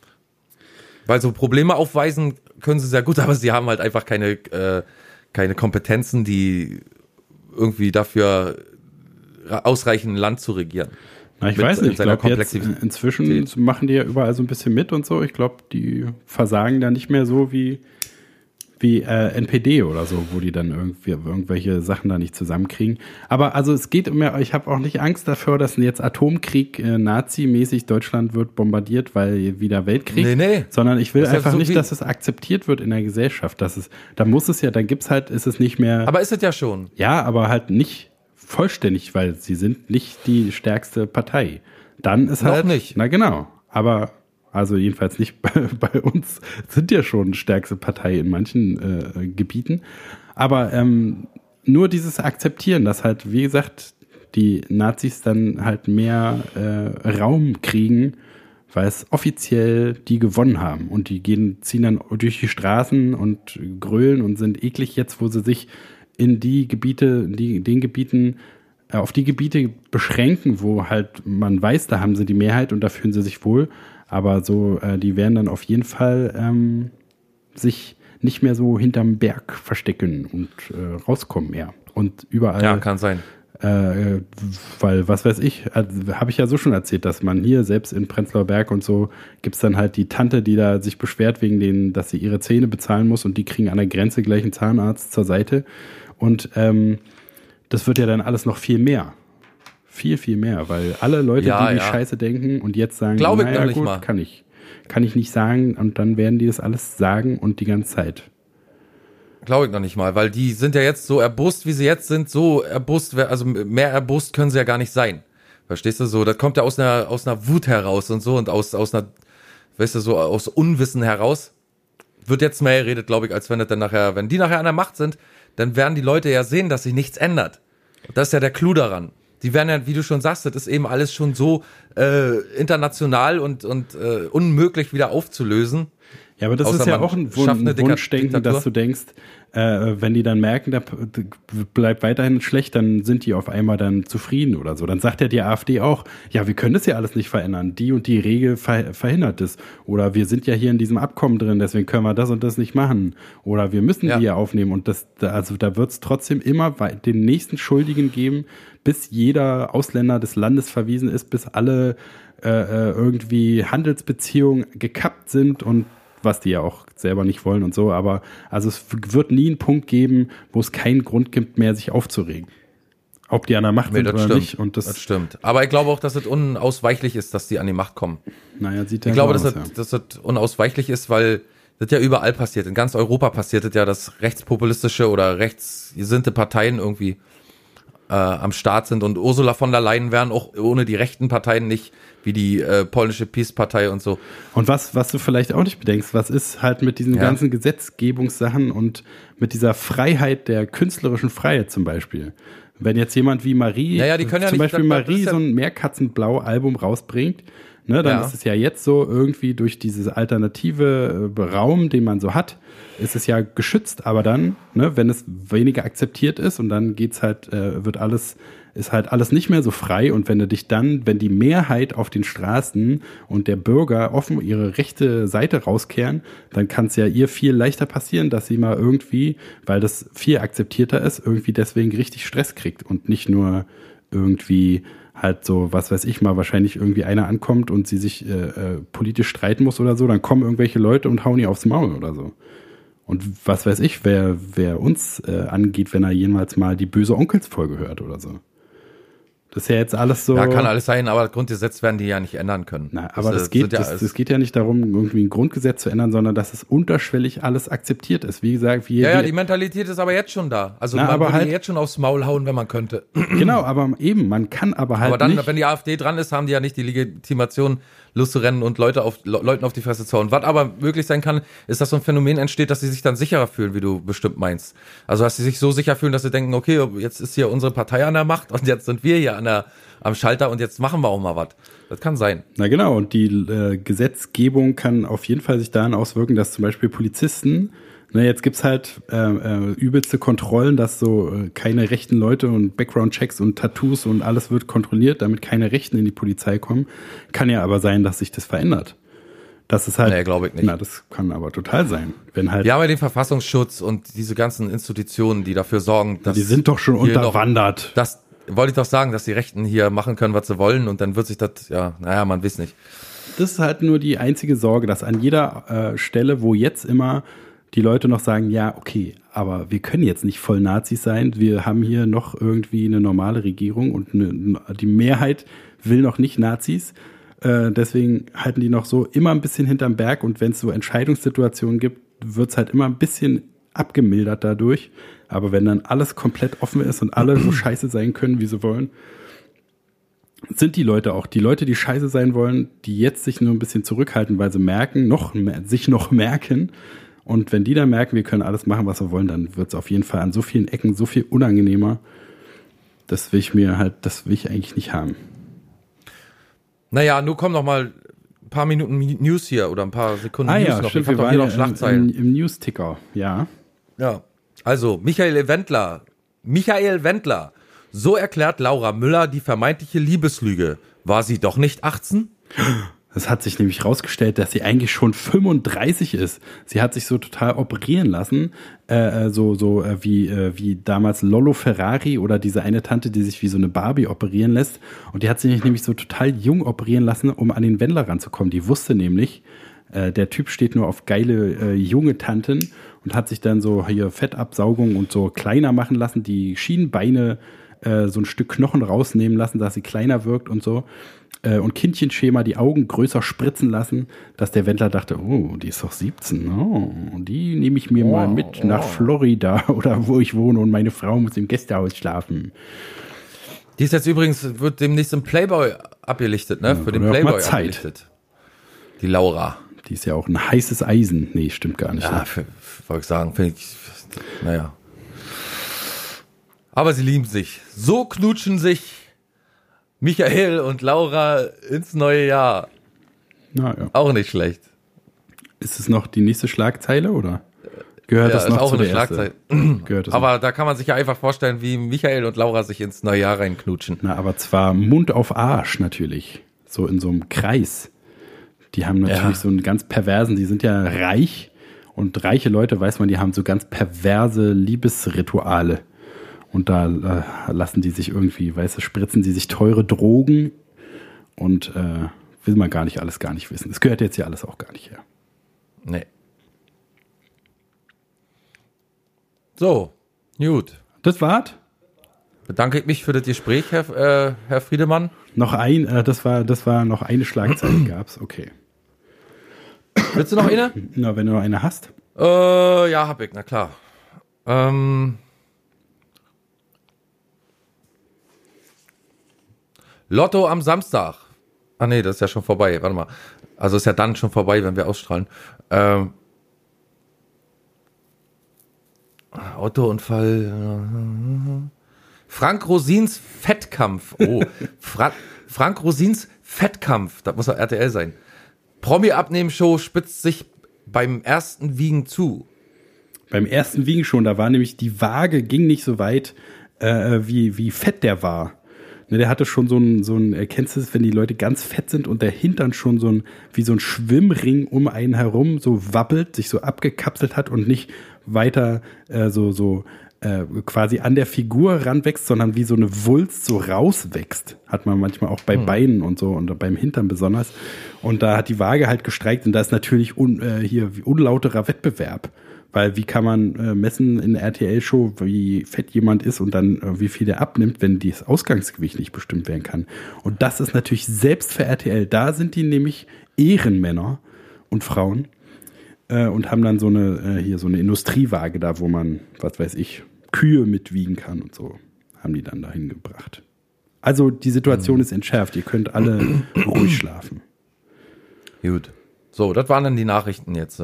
Weil so Probleme aufweisen können sie sehr gut, aber sie haben halt einfach keine Kompetenzen, die irgendwie dafür ausreichen, ein Land zu regieren. Na, ich weiß nicht, ich glaube jetzt inzwischen machen die ja überall so ein bisschen mit und so. Ich glaube, die versagen da nicht mehr so wie NPD oder so, wo die dann irgendwelche Sachen da nicht zusammenkriegen. Aber also es geht mir, ich habe auch nicht Angst dafür, dass jetzt Atomkrieg Nazi-mäßig Deutschland wird bombardiert, weil wieder Weltkrieg. Nee. Sondern ich will einfach nicht, dass es akzeptiert wird in der Gesellschaft. Dann ist es nicht mehr. Aber ist es ja schon. Ja, aber halt nicht vollständig, weil sie sind nicht die stärkste Partei. Dann ist halt. Noch nicht. Na genau. Aber also jedenfalls nicht bei uns, sind ja schon stärkste Partei in manchen Gebieten. Aber nur dieses Akzeptieren, dass halt, wie gesagt, die Nazis dann halt mehr Raum kriegen, weil es offiziell die gewonnen haben. Und die ziehen dann durch die Straßen und grölen und sind eklig jetzt, wo sie sich in die Gebiete, auf die Gebiete beschränken, wo halt man weiß, da haben sie die Mehrheit und da fühlen sie sich wohl. Aber so, die werden dann auf jeden Fall sich nicht mehr so hinterm Berg verstecken und rauskommen mehr. Und überall. Ja, kann sein. Weil, was weiß ich, habe ich ja so schon erzählt, dass man hier selbst in Prenzlauer Berg und so gibt's dann halt die Tante, die da sich beschwert wegen dass sie ihre Zähne bezahlen muss und die kriegen an der Grenze gleich einen Zahnarzt zur Seite. Und das wird ja dann alles noch viel mehr. Viel, viel mehr, weil alle Leute, die Scheiße denken und jetzt sagen, naja gut, mal. Kann ich nicht sagen und dann werden die das alles sagen und die ganze Zeit. Glaube ich noch nicht mal, weil die sind ja jetzt so erbost, wie sie jetzt sind, so erbost, also mehr erbost können sie ja gar nicht sein. Verstehst du so? Das kommt ja aus einer Wut heraus und so und aus einer, weißt du, so aus Unwissen heraus. Wird jetzt mehr geredet, glaube ich, als wenn die nachher an der Macht sind, dann werden die Leute ja sehen, dass sich nichts ändert. Und das ist ja der Clou daran. Die werden ja, wie du schon sagst, das ist eben alles schon so international und unmöglich wieder aufzulösen. Ja, aber das ist ja auch ein Wunschdenken, dass du denkst, wenn die dann merken, da bleibt weiterhin schlecht, dann sind die auf einmal dann zufrieden oder so. Dann sagt ja die AfD auch, ja, wir können das ja alles nicht verändern. Die und die Regel verhindert es. Oder wir sind ja hier in diesem Abkommen drin, deswegen können wir das und das nicht machen. Oder wir müssen die ja aufnehmen. Und da wird es trotzdem immer den nächsten Schuldigen geben, bis jeder Ausländer des Landes verwiesen ist, bis alle irgendwie Handelsbeziehungen gekappt sind und was die ja auch selber nicht wollen und so, aber also es wird nie einen Punkt geben, wo es keinen Grund gibt mehr, sich aufzuregen. Ob die an der Macht sind oder nicht. Und das stimmt. Aber ich glaube auch, dass es unausweichlich ist, dass die an die Macht kommen. Naja, ich glaube, dass es unausweichlich ist, weil das ja überall passiert. In ganz Europa passiert es ja, dass rechtspopulistische oder rechtsgesinnte Parteien irgendwie am Start sind und Ursula von der Leyen wären auch ohne die rechten Parteien nicht, wie die polnische PiS-Partei und so. Und was du vielleicht auch nicht bedenkst, was ist halt mit diesen ganzen Gesetzgebungssachen und mit dieser Freiheit der künstlerischen Freiheit zum Beispiel. Wenn jetzt jemand wie Marie, die können ja zum nicht, Beispiel Marie so ein Meerkatzenblau-Album rausbringt, ne, dann ist es ja jetzt so irgendwie durch dieses alternative Raum, den man so hat, ist es ja geschützt, aber dann, ne, wenn es weniger akzeptiert ist und dann geht's halt, ist halt alles nicht mehr so frei und wenn die Mehrheit auf den Straßen und der Bürger offen ihre rechte Seite rauskehren, dann kann es ja ihr viel leichter passieren, dass sie mal irgendwie, weil das viel akzeptierter ist, irgendwie deswegen richtig Stress kriegt und nicht nur irgendwie halt so, was weiß ich mal, wahrscheinlich irgendwie einer ankommt und sie sich politisch streiten muss oder so, dann kommen irgendwelche Leute und hauen ihr aufs Maul oder so. Und was weiß ich, wer uns angeht, wenn er jemals mal die böse Onkels-Folge hört oder so. Das ist ja jetzt alles so. Ja, kann alles sein, aber das Grundgesetz werden die ja nicht ändern können. Na, aber das geht ja nicht darum, irgendwie ein Grundgesetz zu ändern, sondern dass es unterschwellig alles akzeptiert ist. Wie gesagt, die Mentalität ist aber jetzt schon da. Also man würde jetzt schon aufs Maul hauen, wenn man könnte. Genau, aber eben, man kann aber halt. Aber dann, nicht, wenn die AfD dran ist, haben die ja nicht die Legitimation, loszurennen und Leuten auf die Fresse zu hauen. Was aber möglich sein kann, ist, dass so ein Phänomen entsteht, dass sie sich dann sicherer fühlen, wie du bestimmt meinst. Also, dass sie sich so sicher fühlen, dass sie denken, okay, jetzt ist hier unsere Partei an der Macht und jetzt sind wir hier am Schalter und jetzt machen wir auch mal was. Das kann sein. Na genau, und die Gesetzgebung kann auf jeden Fall sich daran auswirken, dass zum Beispiel Polizisten, jetzt gibt's halt übelste Kontrollen, dass so keine rechten Leute und Background-Checks und Tattoos und alles wird kontrolliert, damit keine Rechten in die Polizei kommen. Kann ja aber sein, dass sich das verändert. Das ist halt. Nee, glaube ich nicht. Na, das kann aber total sein. Wenn halt. Wir haben ja den Verfassungsschutz und diese ganzen Institutionen, die dafür sorgen, dass. Die sind doch schon unterwandert. Das wollte ich doch sagen, dass die Rechten hier machen können, was sie wollen und dann wird sich das, man weiß nicht. Das ist halt nur die einzige Sorge, dass an jeder Stelle, wo jetzt immer die Leute noch sagen, ja, okay, aber wir können jetzt nicht voll Nazis sein, wir haben hier noch irgendwie eine normale Regierung und die Mehrheit will noch nicht Nazis, deswegen halten die noch so immer ein bisschen hinterm Berg und wenn es so Entscheidungssituationen gibt, wird es halt immer ein bisschen abgemildert dadurch, aber wenn dann alles komplett offen ist und alle so scheiße sein können, wie sie wollen, sind die Leute auch, die scheiße sein wollen, die jetzt sich nur ein bisschen zurückhalten, weil sie merken, sich noch merken Und wenn die dann merken, wir können alles machen, was wir wollen, dann wird es auf jeden Fall an so vielen Ecken so viel unangenehmer. Das will ich eigentlich nicht haben. Naja, nur komm noch mal ein paar Minuten News hier oder ein paar Sekunden News ja, noch. Stimmt, Ich hab doch hier noch Schlagzeilen. Im News-Ticker, ja. Ja, also Michael Wendler, so erklärt Laura Müller die vermeintliche Liebeslüge. War sie doch nicht 18? Es hat sich nämlich rausgestellt, dass sie eigentlich schon 35 ist. Sie hat sich so total operieren lassen, wie damals Lollo Ferrari oder diese eine Tante, die sich wie so eine Barbie operieren lässt. Und die hat sich nämlich so total jung operieren lassen, um an den Wendler ranzukommen. Die wusste nämlich, der Typ steht nur auf geile junge Tanten und hat sich dann so hier Fettabsaugung und so kleiner machen lassen, die Schienbeine so ein Stück Knochen rausnehmen lassen, dass sie kleiner wirkt und so. Und Kindchenschema, die Augen größer spritzen lassen, dass der Wendler dachte, oh, die ist doch 17, oh, die nehme ich mir mal mit nach Florida oder wo ich wohne und meine Frau muss im Gästehaus schlafen. Die ist jetzt übrigens, wird demnächst im Playboy abgelichtet, ne? Ja, für den Playboy abgelichtet. Die Laura. Die ist ja auch ein heißes Eisen. Nee, stimmt gar nicht. Ja, wollte ich sagen, finde ich, naja. Aber sie lieben sich. So knutschen sich Michael und Laura ins neue Jahr. Na ja. Auch nicht schlecht. Ist es noch die nächste Schlagzeile oder gehört das ist noch auch zu eine der Schlagzeile. Aber da kann man sich ja einfach vorstellen, wie Michael und Laura sich ins neue Jahr reinknutschen. Na, aber zwar Mund auf Arsch natürlich. So in so einem Kreis. Die haben natürlich so einen ganz perversen, die sind ja reich. Und reiche Leute, weiß man, die haben so ganz perverse Liebesrituale. Und da lassen die sich irgendwie, spritzen die sich teure Drogen und will man gar nicht wissen. Das gehört jetzt ja alles auch gar nicht her. Nee. So, gut. Das war's? Bedanke ich mich für das Gespräch, Herr Friedemann. Das war noch eine Schlagzeile gab's, okay. Willst du noch eine? Na, wenn du noch eine hast. Ja, hab ich, na klar. Lotto am Samstag. Ah nee, das ist ja schon vorbei. Warte mal. Also ist ja dann schon vorbei, wenn wir ausstrahlen. Autounfall. Frank Rosins Fettkampf. Oh, Frank Rosins Fettkampf. Das muss doch RTL sein. Promi-Abnehmen-Show spitzt sich beim ersten Wiegen zu. Beim ersten Wiegen schon. Da war nämlich die Waage, ging nicht so weit, wie fett der war. Ne, der hatte schon so ein, kennst du es, wenn die Leute ganz fett sind und der Hintern schon wie so ein Schwimmring um einen herum so wabbelt, sich so abgekapselt hat und nicht weiter quasi an der Figur ranwächst, sondern wie so eine Wulst so rauswächst. Hat man manchmal auch bei Beinen und so und beim Hintern besonders. Und da hat die Waage halt gestreikt und da ist natürlich unlauterer Wettbewerb. Weil wie kann man messen in der RTL-Show, wie fett jemand ist und dann wie viel der abnimmt, wenn das Ausgangsgewicht nicht bestimmt werden kann. Und das ist natürlich selbst für RTL. Da sind die nämlich Ehrenmänner und Frauen und haben dann so eine Industriewaage da, wo man, was weiß ich, Kühe mitwiegen kann und so. Haben die dann dahin gebracht. Also die Situation ist entschärft. Ihr könnt alle ruhig schlafen. Gut. So, das waren dann die Nachrichten jetzt.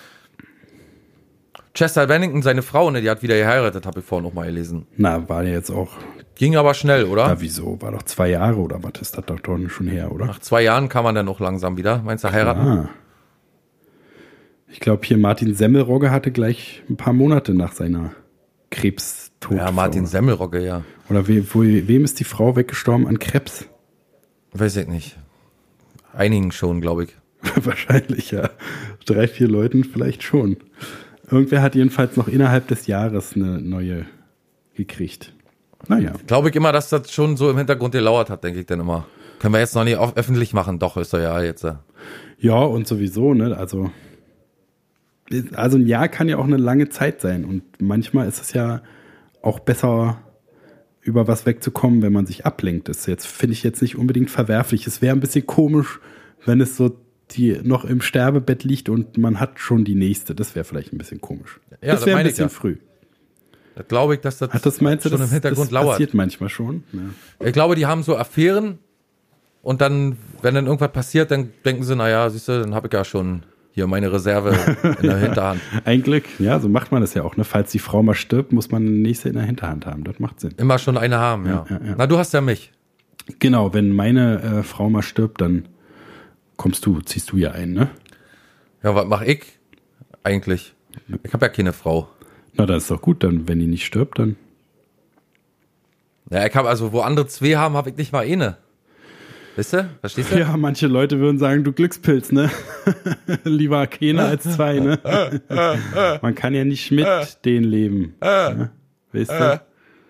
Chester Bennington, seine Frau, ne, die hat wieder geheiratet, habe ich vorhin noch mal gelesen. Na, war ja jetzt auch. Ging aber schnell, oder? Na, wieso? War doch 2 Jahre oder was ist das doch schon her, oder? Nach 2 Jahren kann man dann noch langsam wieder. Meinst du, heiraten? Ah. Ich glaube, hier Martin Semmelrogge hatte gleich ein paar Monate nach seiner Krebstod. Ja, Martin Semmelrogge, ja. Oder wem ist die Frau weggestorben an Krebs? Weiß ich nicht. Einigen schon, glaube ich. Wahrscheinlich, ja. 3, 4 Leuten vielleicht schon. Irgendwer hat jedenfalls noch innerhalb des Jahres eine neue gekriegt. Naja. Glaube ich immer, dass das schon so im Hintergrund gelauert hat, denke ich dann immer. Können wir jetzt noch nicht öffentlich machen? Doch, ist doch ja jetzt. Ja, und sowieso, ne? Also ein Jahr kann ja auch eine lange Zeit sein. Und manchmal ist es ja auch besser, über was wegzukommen, wenn man sich ablenkt. Das finde ich jetzt nicht unbedingt verwerflich. Es wäre ein bisschen komisch, wenn es so die noch im Sterbebett liegt und man hat schon die nächste. Das wäre vielleicht ein bisschen komisch. Ja, das wäre ein bisschen früh. Da glaube ich, dass das meinst du, schon im Hintergrund das lauert. Passiert manchmal schon. Ja. Ich glaube, die haben so Affären und dann, wenn dann irgendwas passiert, dann denken sie, naja, siehst du, dann habe ich ja schon Hier meine Reserve in der Hinterhand. Ein Glück, ja, so macht man das ja auch. Ne? Falls die Frau mal stirbt, muss man eine nächste in der Hinterhand haben. Das macht Sinn. Immer schon eine haben, ja. Na, du hast ja mich. Genau, wenn meine Frau mal stirbt, dann ziehst du ja ein, ne? Ja, was mache ich eigentlich? Ich habe ja keine Frau. Na, das ist doch gut, dann, wenn die nicht stirbt, dann. Ja, ich habe also, wo andere zwei haben, habe ich nicht mal eine. Weißt du? Verstehst du? Ja, manche Leute würden sagen, du Glückspilz, ne? Lieber keine als zwei, ne? Man kann ja nicht mit denen leben. Ne? Weißt du?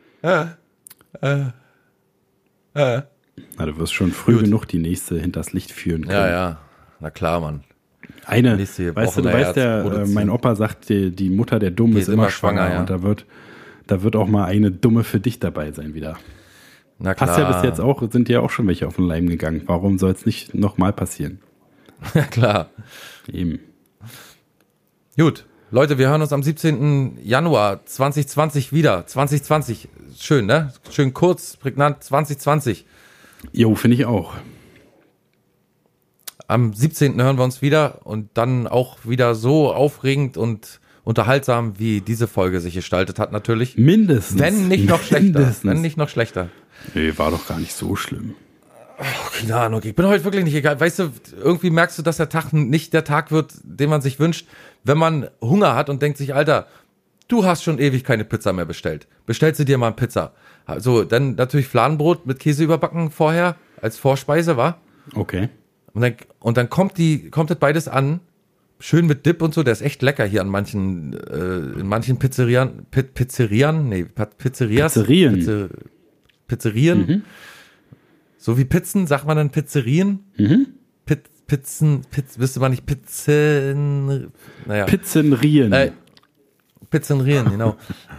Na, du wirst schon früh genug die nächste hinters Licht führen können. Ja. Na klar, Mann. Weißt du, mein Opa sagt, die Mutter der Dummen ist immer schwanger. Ja. Und da wird auch mal eine Dumme für dich dabei sein wieder. Na klar. Passt ja bis jetzt auch, sind dir ja auch schon welche auf den Leim gegangen. Warum soll es nicht nochmal passieren? Ja, klar. Eben. Gut, Leute, wir hören uns am 17. Januar 2020 wieder. 2020, schön, ne? Schön kurz, prägnant, 2020. Jo, finde ich auch. Am 17. hören wir uns wieder und dann auch wieder so aufregend und unterhaltsam, wie diese Folge sich gestaltet hat, natürlich. Mindestens. Wenn nicht noch schlechter. Nee, war doch gar nicht so schlimm. Keine Ahnung, ich bin heute wirklich nicht egal. Weißt du, irgendwie merkst du, dass der Tag nicht der Tag wird, den man sich wünscht, wenn man Hunger hat und denkt sich, Alter, du hast schon ewig keine Pizza mehr bestellt. Bestellst du dir mal eine Pizza. Also dann natürlich Fladenbrot mit Käse überbacken vorher als Vorspeise, wa? Okay. Und dann kommt das beides an, schön mit Dip und so, der ist echt lecker hier in manchen Pizzerien. Pizzerien. So wie Pizzen, sagt man dann Pizzerien? Wüsste man nicht Pizzen, naja. Pizzenrien, genau.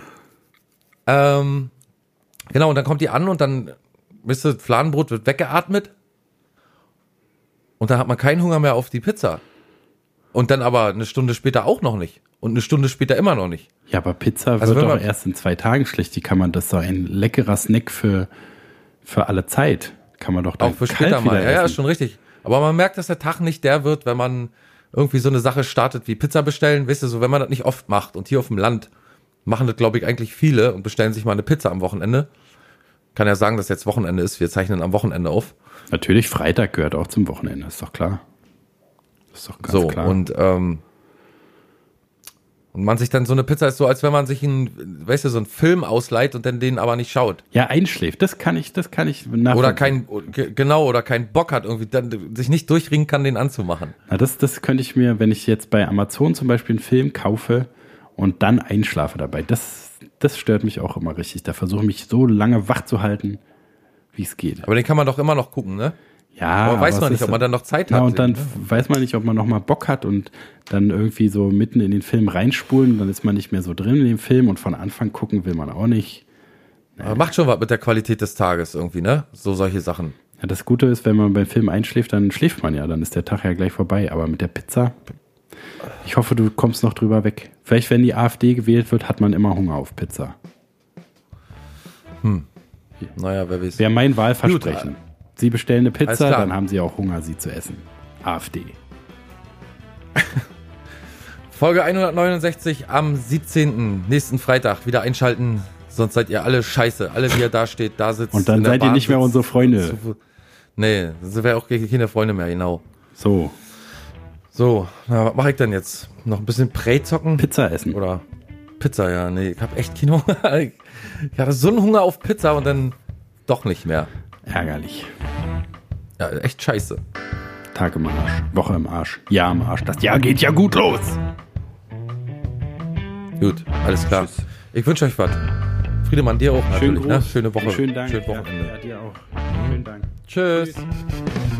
Genau, und dann kommt die an und dann, wisst ihr, Fladenbrot wird weggeatmet und dann hat man keinen Hunger mehr auf die Pizza. Und dann aber eine Stunde später auch noch nicht. Und eine Stunde später immer noch nicht. Ja, aber Pizza wird doch erst in 2 Tagen schlecht. Das ist doch ein leckerer Snack für alle Zeit. Kann man doch dann auch für später mal. Ja, ist schon richtig. Aber man merkt, dass der Tag nicht der wird, wenn man irgendwie so eine Sache startet wie Pizza bestellen. Weißt du, so wenn man das nicht oft macht. Und hier auf dem Land machen das, glaube ich, eigentlich viele und bestellen sich mal eine Pizza am Wochenende. Kann ja sagen, dass jetzt Wochenende ist. Wir zeichnen am Wochenende auf. Natürlich, Freitag gehört auch zum Wochenende, ist doch klar. Das ist doch ganz klar. Und man sich dann so eine Pizza ist so, als wenn man sich so einen Film ausleiht und dann den aber nicht schaut. Ja, einschläft, das kann ich nachvollziehen. Oder keinen Bock hat, irgendwie dann sich nicht durchringen kann, den anzumachen. Na, das könnte ich mir, wenn ich jetzt bei Amazon zum Beispiel einen Film kaufe und dann einschlafe dabei, das stört mich auch immer richtig. Da versuche ich mich so lange wach zu halten, wie es geht. Aber den kann man doch immer noch gucken, ne? Ja, aber weiß man nicht, ob man dann noch Zeit hat. Und dann weiß man nicht, ob man noch mal Bock hat und dann irgendwie so mitten in den Film reinspulen, dann ist man nicht mehr so drin in dem Film und von Anfang gucken will man auch nicht. Aber macht schon was mit der Qualität des Tages irgendwie, ne? So solche Sachen. Ja, das Gute ist, wenn man beim Film einschläft, dann schläft man ja, dann ist der Tag ja gleich vorbei. Aber mit der Pizza, ich hoffe, du kommst noch drüber weg. Vielleicht, wenn die AfD gewählt wird, hat man immer Hunger auf Pizza. Naja, wer weiß. Wäre mein Wahlversprechen. Gut, Sie bestellen eine Pizza, dann haben Sie auch Hunger, sie zu essen. AfD. Folge 169 am 17. nächsten Freitag. Wieder einschalten, sonst seid ihr alle scheiße. Alle, wie ihr da steht, da sitzt. Und dann seid ihr nicht mehr unsere Freunde. Nee, das wäre auch keine Freunde mehr, genau. So, na, was mache ich denn jetzt? Noch ein bisschen Prey zocken? Pizza essen. Oder Pizza, ja. Nee, ich habe echt keinen Hunger. Ich hatte so einen Hunger auf Pizza und dann doch nicht mehr. Ärgerlich. Ja, echt scheiße. Tag im Arsch, Woche im Arsch, Jahr im Arsch. Das Jahr geht ja gut los. Gut, alles klar. Tschüss. Ich wünsche euch was. Friedemann, dir auch natürlich. Ne? Schöne Woche. Schönen Dank. Schönes Wochenende. Ja, dir auch. Schönen Dank. Tschüss.